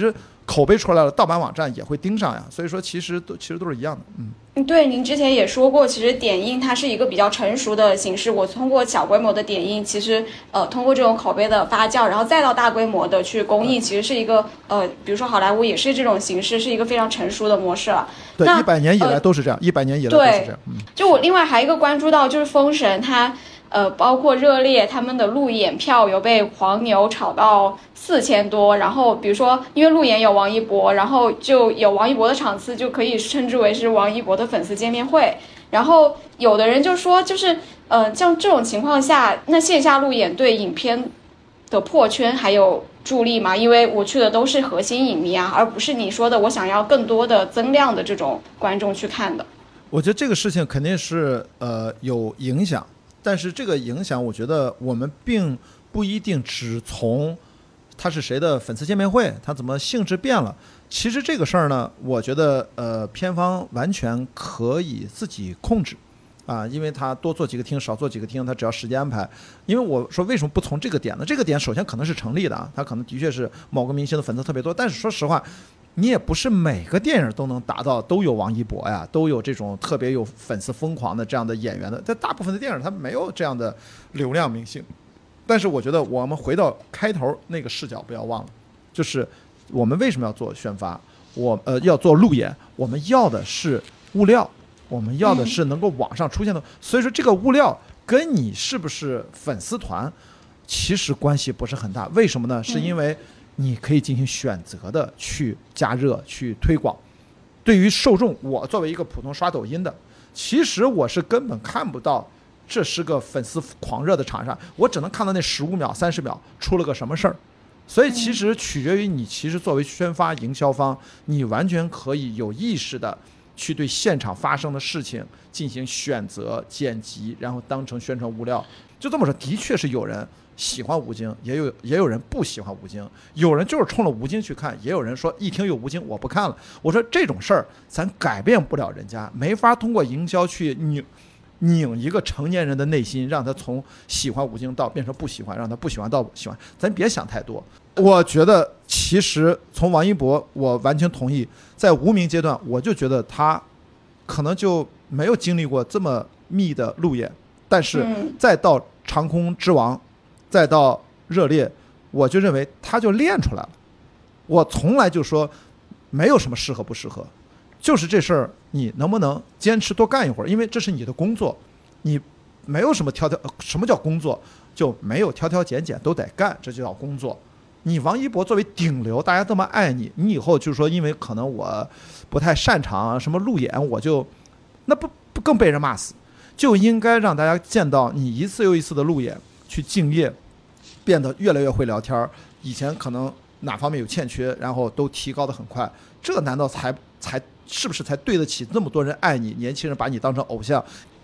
口碑出来了，盗版网站也会盯上呀。所以说其实都是一样的。 对，您之前也说过，其实点映它是一个比较成熟的形式。我通过小规模的点映，其实通过这种口碑的发酵，然后再到大规模的去公映，其实是一个比如说好莱坞也是这种形式，是一个非常成熟的模式了。 对，100年以来都是这样，100年以来都是这样。 就我另外还有一个关注到，就是封神它包括热烈他们的路演票有被黄牛炒到4000多，然后比如说因为路演有王一博，然后就有王一博的场次就可以称之为是王一博的粉丝见面会，然后有的人就说就是像这种情况下，那线下路演对影片的破圈还有助力吗？因为我去的都是核心影迷啊，而不是你说的我想要更多的增量的这种观众去看的。 我觉得这个事情肯定是有影响，但是这个影响我觉得我们并不一定只从他是谁的粉丝见面会，他怎么性质变了。其实这个事儿呢，我觉得片方完全可以自己控制啊，因为他多做几个厅少做几个厅，他只要时间安排。因为我说为什么不从这个点呢？这个点首先可能是成立的啊，他可能的确是某个明星的粉丝特别多，但是说实话，你也不是每个电影都能达到都有王一博呀，都有这种特别有粉丝疯狂的这样的演员的。在大部分的电影他没有这样的流量明星。但是我觉得我们回到开头那个视角不要忘了，就是我们为什么要做宣发，要做路演，我们要的是物料，我们要的是能够网上出现的。所以说这个物料跟你是不是粉丝团其实关系不是很大。为什么呢？是因为你可以进行选择的去加热去推广。对于受众，我作为一个普通刷抖音的，其实我是根本看不到这是个粉丝狂热的场上，我只能看到那15秒30秒出了个什么事儿。所以其实取决于你，其实作为宣发营销方，你完全可以有意识的去对现场发生的事情进行选择剪辑，然后当成宣传物料。就这么说，的确是有人喜欢吴京，也有人不喜欢吴京，有人就是冲了吴京去看，也有人说一听有吴京我不看了。我说这种事儿咱改变不了人家，没法通过营销去拧一个成年人的内心，让他从喜欢吴京到变成不喜欢，让他不喜欢到喜欢，咱别想太多。我觉得其实从王一博，我完全同意，在无名阶段，我就觉得他可能就没有经历过这么密的路演，但是再到长空之王，再到热烈，我就认为他就练出来了。我从来就说没有什么适合不适合，就是这事儿你能不能坚持多干一会儿，因为这是你的工作，你没有什么什么叫工作，就没有挑挑拣拣，都得干，这就叫工作。你王一博作为顶流，大家这么爱你，你以后就说因为可能我不太擅长什么路演，我就那不更被人骂死。就应该让大家见到你一次又一次的路演，去敬业，变得越来越会聊天，以前可能哪方面有欠缺，然后都提高得很快，这难道才是不是才对得起那么多人爱你，年轻人把你当成偶像？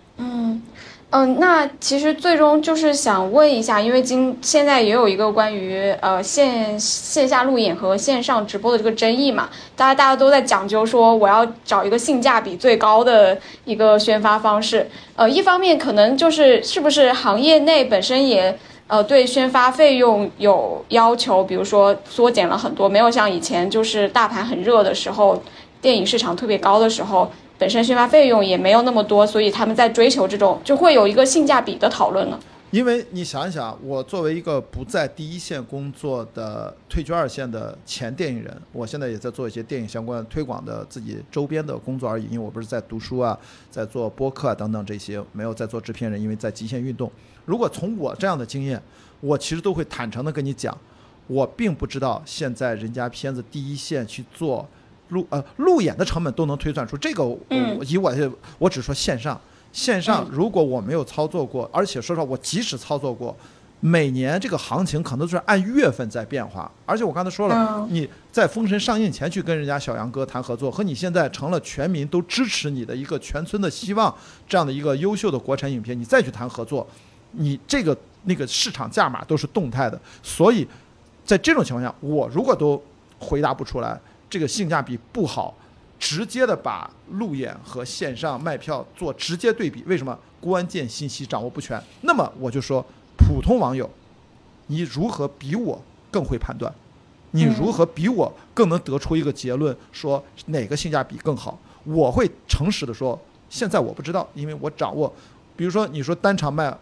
那其实最终就是想问一下，因为现在也有一个关于线下路演和线上直播的这个争议嘛，大家都在讲究说我要找一个性价比最高的一个宣发方式。一方面可能就是是不是行业内本身也对宣发费用有要求，比如说缩减了很多，没有像以前就是大盘很热的时候，电影市场特别高的时候，本身宣发费用也没有那么多，所以他们在追求这种就会有一个性价比的讨论了。 因为你想一想，我作为一个不在第一线工作的退居二线的前电影人，我现在也在做一些电影相关推广的自己周边的工作而已，因为我不是在读书啊，在做播客啊等等这些，没有在做制片人，因为在极限运动。如果从我这样的经验，我其实都会坦诚的跟你讲，我并不知道现在人家片子第一线去做路演的成本都能推算出这个。我只说线上如果我没有操作过，而且说实话我即使操作过，每年这个行情可能就是按月份在变化。而且我刚才说了，你在封神上映前去跟人家小杨哥谈合作，和你现在成了全民都支持你的一个全村的希望这样的一个优秀的国产影片，你再去谈合作，你那个市场价码都是动态的。所以在这种情况下，我如果都回答不出来这个性价比不好，直接的把路演和线上卖票做直接对比，为什么？关键信息掌握不全。那么我就说，普通网友，你如何比我更会判断？ 你如何比我更能得出一个结论，说哪个性价比更好？我会诚实的说，现在我不知道，因为我掌握，比如说你说单场卖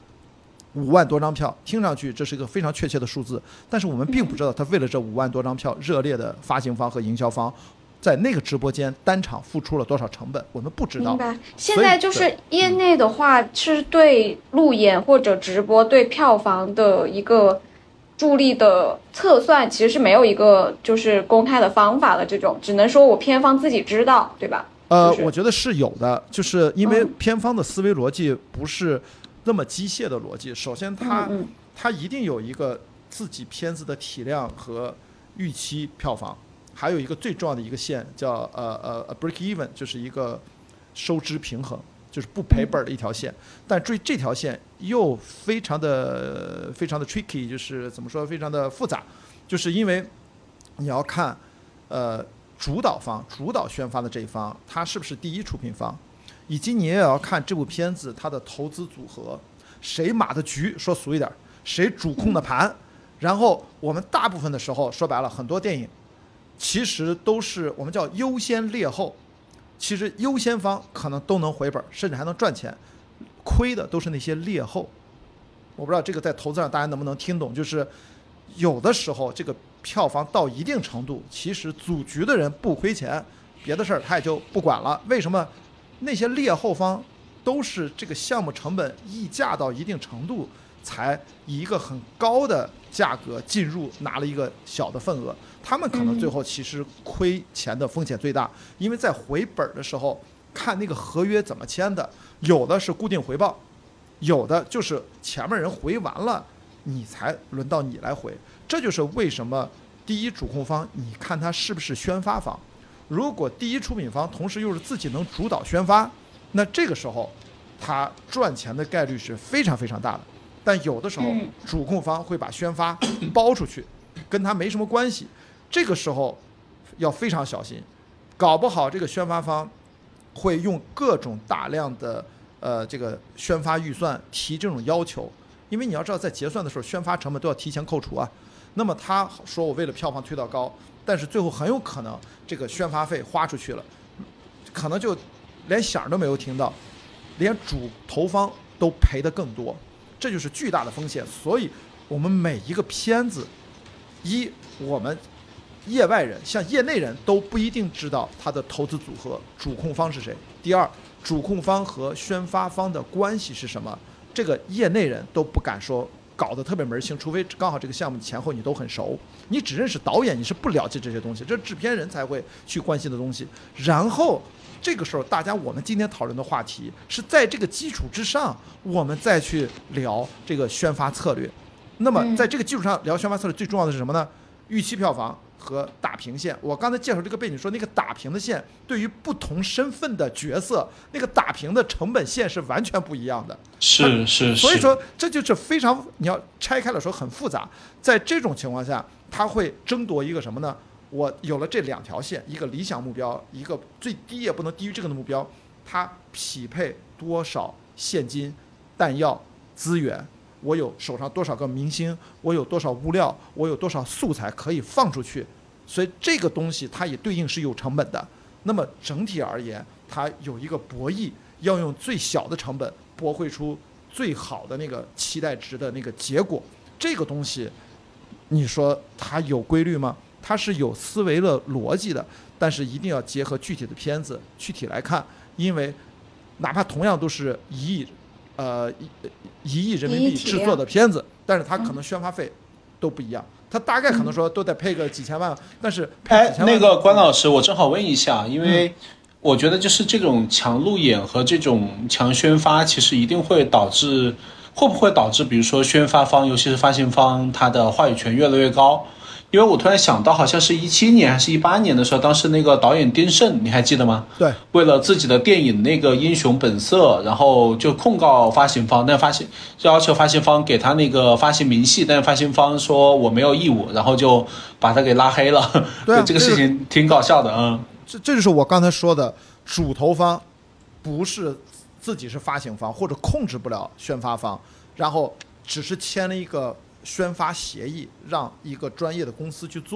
5万多张票，听上去这是一个非常确切的数字，但是我们并不知道他为了这5万多张票，热烈的发行方和营销方在那个直播间单场付出了多少成本，我们不知道。 明白。现在就是业内的话，是对路演或者直播对票房的一个助力的测算，其实是没有一个就是公开的方法的，这种只能说我片方自己知道，对吧？ 我觉得是有的，就是因为片方的思维逻辑不是那么机械的逻辑。首先它一定有一个自己片子的体量和预期票房，还有一个最重要的一个线叫break even， 就是一个收支平衡，就是不赔本的一条线。但这条线又非常的 tricky， 就是怎么说，非常的复杂，就是因为你要看主导宣发的这一方，他是不是第一出品方，以及你也要看这部片子它的投资组合，谁码的局，说俗一点，谁主控的盘。然后我们大部分的时候说白了，很多电影其实都是我们叫优先劣后，其实优先方可能都能回本，甚至还能赚钱，亏的都是那些劣后。我不知道这个在投资上大家能不能听懂，就是有的时候这个票房到一定程度，其实组局的人不亏钱，别的事儿他也就不管了。为什么？那些劣后方都是这个项目成本溢价到一定程度，才以一个很高的价格进入，拿了一个小的份额，他们可能最后其实亏钱的风险最大，因为在回本的时候看那个合约怎么签的，有的是固定回报，有的就是前面人回完了，你才轮到你来回。这就是为什么第一主控方，你看他是不是宣发方。如果第一出品方同时又是自己能主导宣发，那这个时候他赚钱的概率是非常非常大的。但有的时候主控方会把宣发包出去，跟他没什么关系，这个时候要非常小心，搞不好这个宣发方会用各种大量的这个宣发预算提这种要求，因为你要知道在结算的时候宣发成本都要提前扣除啊。那么他说我为了票房推到高，但是最后很有可能这个宣发费花出去了，可能就连响都没有听到，连主投方都赔得更多，这就是巨大的风险。所以我们每一个片子，我们业外人像业内人都不一定知道它的投资组合主控方是谁。第二，主控方和宣发方的关系是什么，这个业内人都不敢说搞得特别门清，除非刚好这个项目前后你都很熟，你只认识导演，你是不了解这些东西，这制片人才会去关心的东西。然后这个时候我们今天讨论的话题是在这个基础之上，我们再去聊这个宣发策略。那么在这个基础上聊宣发策略，最重要的是什么呢？预期票房和打平线。我刚才介绍这个背景说，那个打平的线对于不同身份的角色，那个打平的成本线是完全不一样的。 是。 所以说这就是非常，你要拆开了说很复杂。在这种情况下，它会争夺一个什么呢？我有了这2条线，一个理想目标，一个最低也不能低于这个的目标，它匹配多少现金、弹药、资源，我有手上多少个明星，我有多少物料，我有多少素材可以放出去，所以这个东西它也对应是有成本的。那么整体而言，它有一个博弈，要用最小的成本博绘出最好的那个期待值的那个结果。这个东西，你说它有规律吗？它是有思维的逻辑的，但是一定要结合具体的片子具体来看，因为哪怕同样都是1亿人民币制作的片子，但是它可能宣发费都不一样，它大概可能说都得配个几千万，但是配几千万。 那个关老师，我正好问一下，因为我觉得就是这种强路演和这种强宣发，其实一定会会不会导致，比如说宣发方，尤其是发行方，他的话语权越来越高？因为我突然想到，好像是17年还是18年的时候，当时那个导演丁晟，你还记得吗？ 对， 为了自己的电影那个《英雄本色》，然后就控告发行方，但要求发行方给他那个发行明细，但是发行方说我没有义务，然后就把他给拉黑了。 对， 这个事情挺搞笑的。 这就是我刚才说的，主投方不是自己是发行方或者控制不了宣发方，然后只是签了一个宣发协议，让一个专业的公司去做，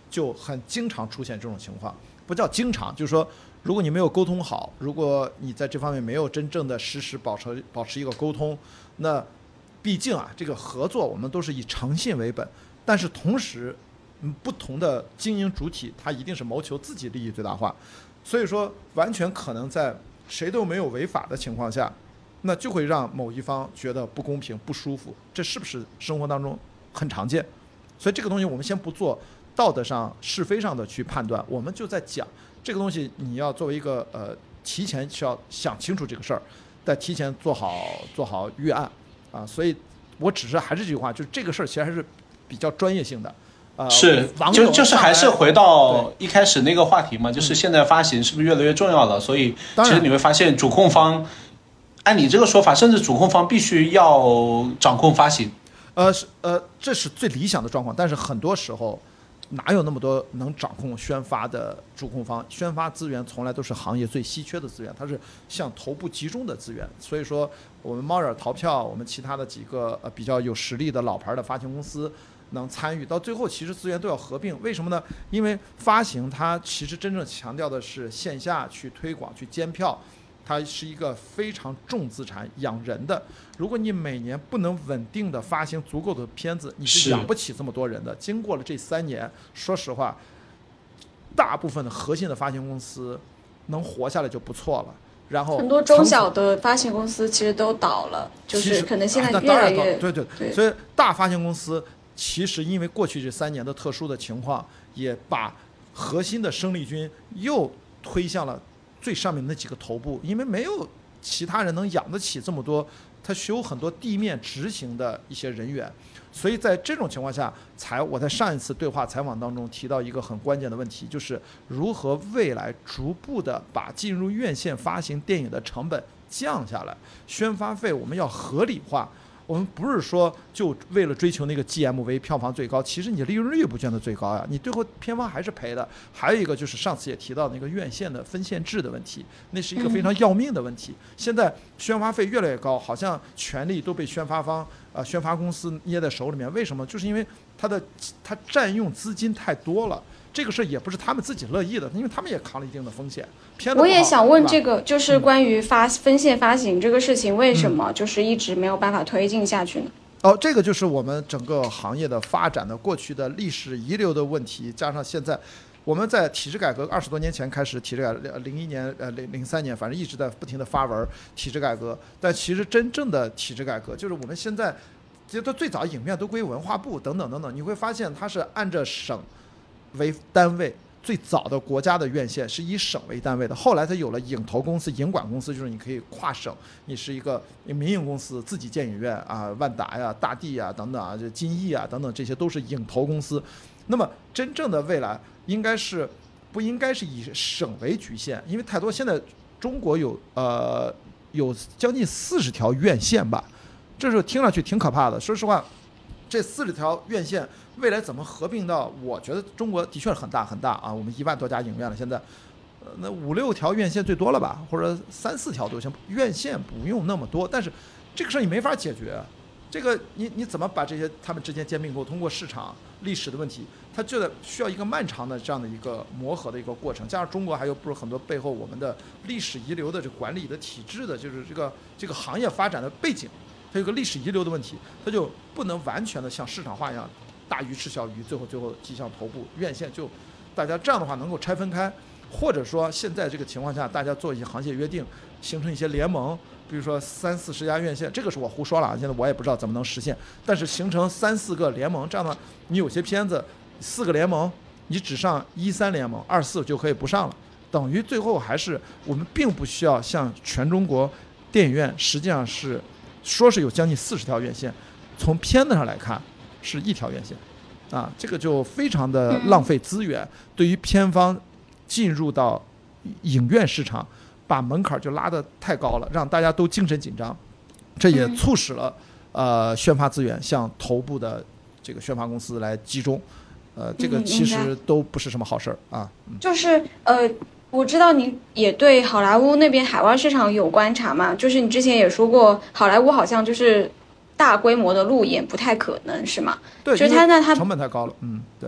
就很经常出现这种情况，不叫经常，就是说，如果你没有沟通好，如果你在这方面没有真正的实时保持一个沟通，那毕竟啊，这个合作我们都是以诚信为本，但是同时，不同的经营主体，它一定是谋求自己利益最大化，所以说完全可能在谁都没有违法的情况下，那就会让某一方觉得不公平、不舒服，这是不是生活当中很常见？所以这个东西我们先不做道德上是非上的去判断，我们就在讲这个东西，你要作为一个提前需要想清楚这个事儿，再提前做好预案啊。所以我只是还是这句话，就是这个事儿其实还是比较专业性的。 是，就是还是回到一开始那个话题嘛，就是现在发行是不是越来越重要了？所以其实你会发现，主控方按你这个说法，甚至主控方必须要掌控发行。 这是最理想的状况，但是很多时候哪有那么多能掌控宣发的主控方？宣发资源从来都是行业最稀缺的资源，它是向头部集中的资源。所以说，我们猫眼淘票，我们其他的几个比较有实力的老牌的发行公司能参与，到最后其实资源都要合并。为什么呢？因为发行它其实真正强调的是线下去推广、去监票，它是一个非常重资产、养人的。如果你每年不能稳定的发行足够的片子，你是养不起这么多人的。经过了这3年，说实话，大部分的核心的发行公司能活下来就不错了。然后很多中小的发行公司其实都倒了，就是可能现在越来越对。所以大发行公司其实因为过去这3年的特殊的情况，也把核心的生力军又推向了最上面的那几个头部，因为没有其他人能养得起这么多，他需有很多地面执行的一些人员，所以在这种情况下，我在上一次对话采访当中提到一个很关键的问题，就是如何未来逐步的把进入院线发行电影的成本降下来，宣发费我们要合理化。我们不是说就为了追求那个 GMV 票房最高，其实你利润率不见得最高呀，你最后片方还是赔的。还有一个就是上次也提到那个院线的分线制的问题，那是一个非常要命的问题。现在宣发费越来越高，好像权力都被宣发方宣发公司捏在手里面。为什么？就是因为它占用资金太多了。这个事也不是他们自己乐意的，因为他们也扛了一定的风险。 我也想问这个，就是关于分线发行这个事情，为什么就是一直没有办法推进下去呢？ 这个就是我们整个行业的发展的过去的历史遗留的问题，加上现在我们在体制改革20多年前开始体制改革，01年03年，反正一直在不停的发文体制改革。但其实真正的体制改革，就是我们现在其实它最早影院都归文化部等等等等，你会发现它是按着省为单位，最早的国家的院线是以省为单位的，后来它有了影投公司、影管公司，就是你可以跨省，你是一个民营公司自己建影院啊，万达呀、大地呀等等啊，就金逸啊等等，这些都是影投公司。那么真正的未来不应该是以省为局限，因为太多现在中国有将近40条院线吧，这是听上去挺可怕的。说实话，这40条院线未来怎么合并到？我觉得中国的确很大很大啊，我们1万多家影院了，现在，那5、6条院线最多了吧，或者3、4条都行，院线不用那么多，但是这个事儿你没法解决，这个你怎么把他们之间兼并沟通过市场历史的问题，它就得需要一个漫长的这样的一个磨合的一个过程，加上中国还有不是很多背后我们的历史遗留的这管理的体制的，就是这个行业发展的背景。它有个历史遗留的问题，它就不能完全的像市场化一样，大鱼吃小鱼，最后击向头部院线，就大家这样的话能够拆分开，或者说现在这个情况下，大家做一些行业约定，形成一些联盟，比如说30、40家院线，这个是我胡说了，现在我也不知道怎么能实现，但是形成3、4个联盟，这样的话，你有些片子4个联盟，你只上1、3联盟，2、4就可以不上了，等于最后还是我们并不需要像全中国电影院，实际上是。说是有将近40条院线，从片子上来看是1条院线，啊，这个就非常的浪费资源。对于片方进入到影院市场，把门槛就拉得太高了，让大家都精神紧张，这也促使了宣发资源向头部的这个宣发公司来集中，这个其实都不是什么好事儿啊。 就是我知道你也对好莱坞那边海外市场有观察嘛，就是你之前也说过，好莱坞好像就是大规模的路演不太可能，是吗？ 对， 就它成本太高了，对。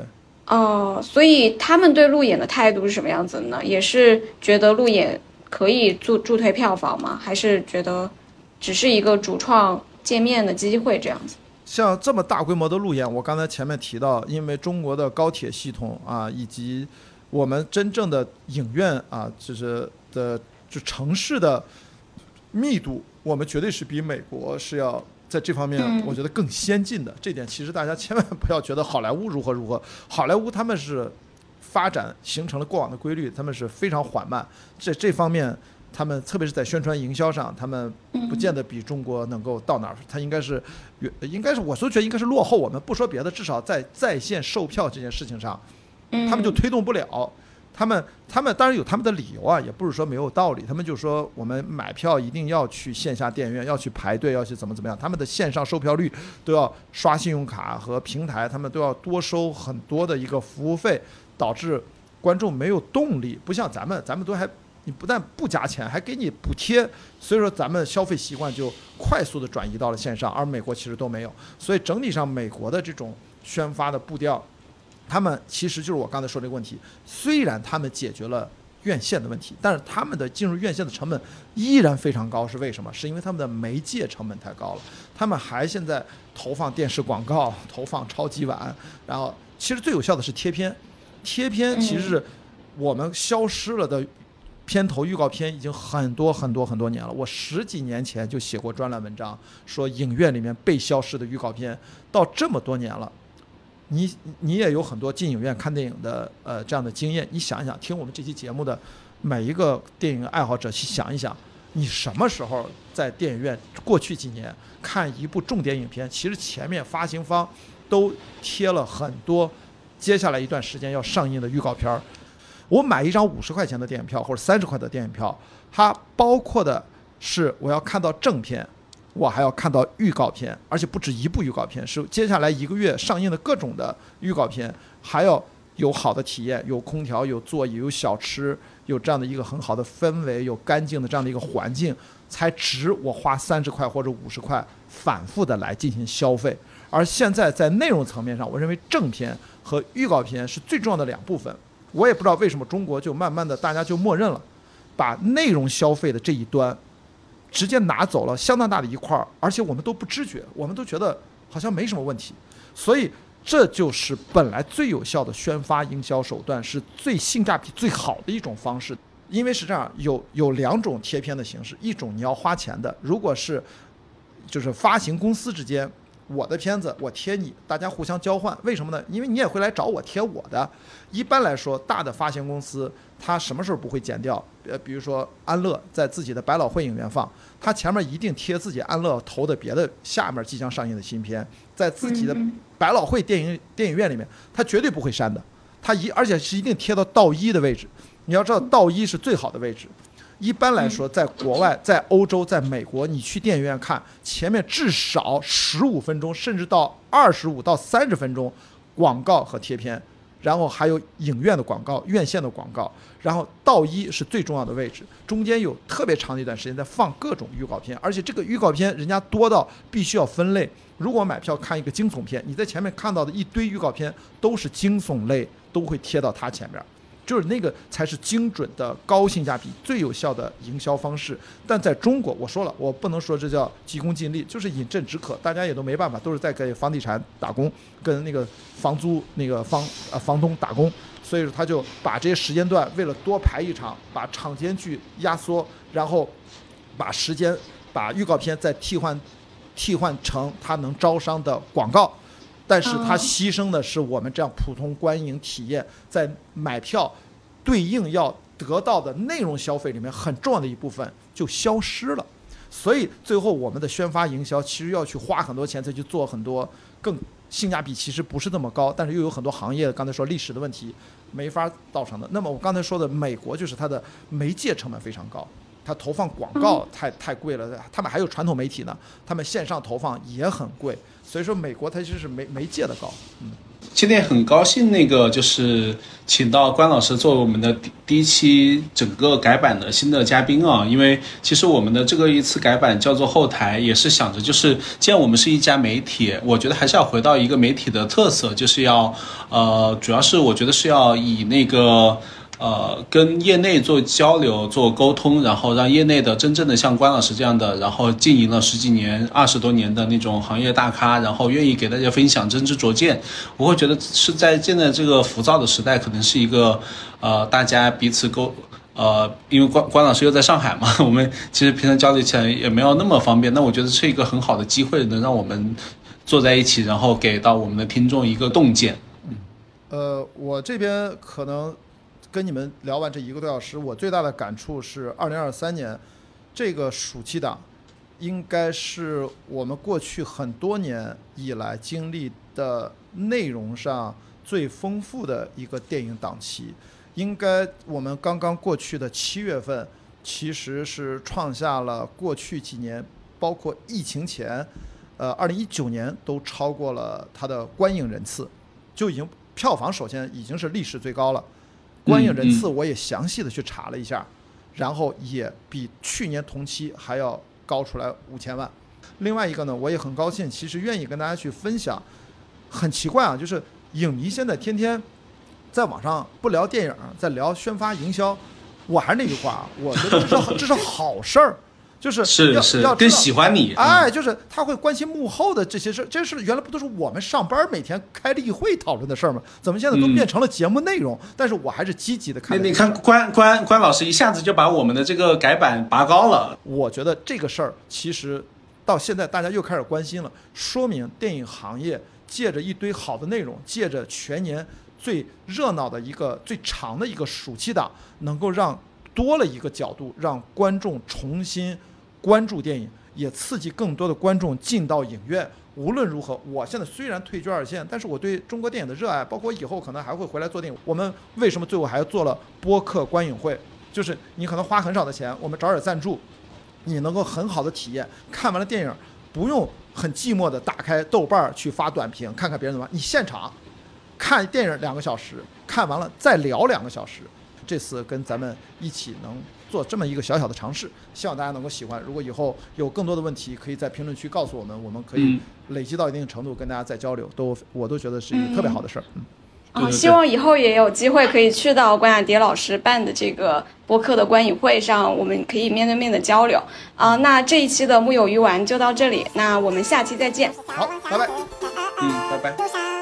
所以他们对路演的态度是什么样子的呢？也是觉得路演可以助推票房吗？还是觉得只是一个主创见面的机会这样子？ 像这么大规模的路演，我刚才前面提到，因为中国的高铁系统啊，以及我们真正的影院啊，就城市的密度，我们绝对是比美国是要在这方面我觉得更先进的。这点其实大家千万不要觉得好莱坞如何，好莱坞他们是发展形成了过往的规律，他们是非常缓慢，这方面他们特别是在宣传营销上，他们不见得比中国能够到哪儿，他应该是我所觉得应该是落后我们，不说别的，至少在线售票这件事情上，他们就推动不了。他们当然有他们的理由啊，也不是说没有道理。他们就说我们买票一定要去线下电影院，要去排队，要去怎么样。他们的线上售票率都要刷信用卡和平台，他们都要多收很多的一个服务费，导致观众没有动力。不像咱们都还你不但不加钱，还给你补贴，所以说咱们消费习惯就快速的转移到了线上，而美国其实都没有。所以整体上美国的这种宣发的步调，他们其实就是我刚才说这个问题，虽然他们解决了院线的问题，但是他们的进入院线的成本依然非常高。是为什么？是因为他们的媒介成本太高了，他们还现在投放电视广告，投放超级碗，然后其实最有效的是贴片其实是我们消失了的片头预告片已经很多年了。我10几年前就写过专栏文章，说影院里面被消失的预告片，到这么多年了，你也有很多进影院看电影的这样的经验。你想一想，听我们这期节目的每一个电影爱好者去想一想，你什么时候在电影院过去几年看一部重点影片，其实前面发行方都贴了很多接下来一段时间要上映的预告片。我买一张50块钱的电影票或者30块的电影票，它包括的是我要看到正片，我还要看到预告片，而且不止一部预告片，是接下来1个月上映的各种的预告片，还要有好的体验，有空调，有座椅，有小吃，有这样的一个很好的氛围，有干净的这样的一个环境，才值我花30块或者50块反复的来进行消费。而现在在内容层面上，我认为正片和预告片是最重要的2部分。我也不知道为什么中国就慢慢的大家就默认了，把内容消费的这一端直接拿走了相当大的一块，而且我们都不知觉，我们都觉得好像没什么问题。所以这就是本来最有效的宣发营销手段，是最性价比最好的一种方式。因为是这样，有2种贴片的形式，一种你要花钱的，如果是就是发行公司之间，我的片子我贴你，大家互相交换。为什么呢？因为你也会来找我贴我的。一般来说，大的发行公司它什么时候不会剪掉？比如说安乐在自己的百老汇影院放，它前面一定贴自己安乐投的别的下面即将上映的新片，在自己的百老汇电影院里面，它绝对不会删的。而且是一定贴到倒1的位置。你要知道倒1是最好的位置。一般来说，在国外，在欧洲，在美国，你去电影院看，前面至少15分钟，甚至到25到30分钟广告和贴片，然后还有影院的广告、院线的广告，然后倒1是最重要的位置，中间有特别长的一段时间在放各种预告片，而且这个预告片人家多到必须要分类。如果买票看一个惊悚片，你在前面看到的一堆预告片都是惊悚类，都会贴到它前面。就是那个才是精准的高性价比最有效的营销方式。但在中国，我说了，我不能说这叫急功近利，就是饮鸩止渴，大家也都没办法，都是在给房地产打工，跟那个房租那个房东打工，所以说他就把这些时间段为了多排一场，把场间距压缩，然后把预告片再替换成他能招商的广告。但是它牺牲的是我们这样普通观影体验，在买票对应要得到的内容消费里面很重要的一部分就消失了。所以最后我们的宣发营销其实要去花很多钱才去做很多更性价比其实不是那么高，但是又有很多行业刚才说历史的问题没法造成的。那么我刚才说的美国就是它的媒介成本非常高， 它投放广告太贵了，他们还有传统媒体呢，他们线上投放也很贵，所以说美国它其实是媒介的高。 今天很高兴就是请到关老师作为我们的第一期整个改版的新的嘉宾啊，因为其实我们的这个一次改版叫做后台，也是想着既然我们是一家媒体，我觉得还是要回到一个媒体的特色，就是要主要是我觉得是要以跟业内做交流做沟通，然后让业内的真正的像关老师这样的，然后经营了10几年20多年的那种行业大咖，然后愿意给大家分享真知灼见，我会觉得是在现在这个浮躁的时代，可能是一个大家彼此因为关老师又在上海嘛，我们其实平常交流起来也没有那么方便，那我觉得是一个很好的机会，能让我们坐在一起，然后给到我们的听众一个洞见。 我这边可能跟你们聊完这1个多小时，我最大的感触是2023年这个暑期档应该是我们过去很多年以来经历的内容上最丰富的一个电影档期。应该我们刚刚过去的7月份其实是创下了过去几年包括疫情前2019年都超过了它的观影人次，就已经票房首先已经是历史最高了，观影人次我也详细的去查了一下，然后也比去年同期还要高出来5000万。另外一个呢，我也很高兴，其实愿意跟大家去分享。很奇怪啊，就是影迷现在天天在网上不聊电影，在聊宣发营销。我还是那句话啊，我觉得这是好事儿。就是要更喜欢你， 就是他会关心幕后的这些事，这是原来不都是我们上班每天开例会讨论的事儿吗？怎么现在都变成了节目内容？但是我还是积极的看。 你看关老师一下子就把我们的这个改版拔高了。 我觉得这个事儿其实到现在大家又开始关心了，说明电影行业借着一堆好的内容，借着全年最热闹的一个最长的一个暑期档，能够让多了一个角度，让观众重新关注电影，也刺激更多的观众进到影院。无论如何，我现在虽然退居2线，但是我对中国电影的热爱，包括以后可能还会回来做电影。我们为什么最后还做了播客观影会？就是你可能花很少的钱，我们找点赞助，你能够很好的体验。看完了电影，不用很寂寞的打开豆瓣去发短评，看看别人怎么样，你现场看电影2个小时，看完了再聊2个小时。这次跟咱们一起能做这么一个小小的尝试，希望大家能够喜欢。如果以后有更多的问题，可以在评论区告诉我们，我们可以累积到一定程度跟大家再交流，我都觉得是一个特别好的事儿。 希望以后也有机会可以去到关雅迪老师办的这个播客的观影会上，我们可以面对面的交流。那这一期的木有鱼丸就到这里，那我们下期再见。 好，拜拜。 拜拜。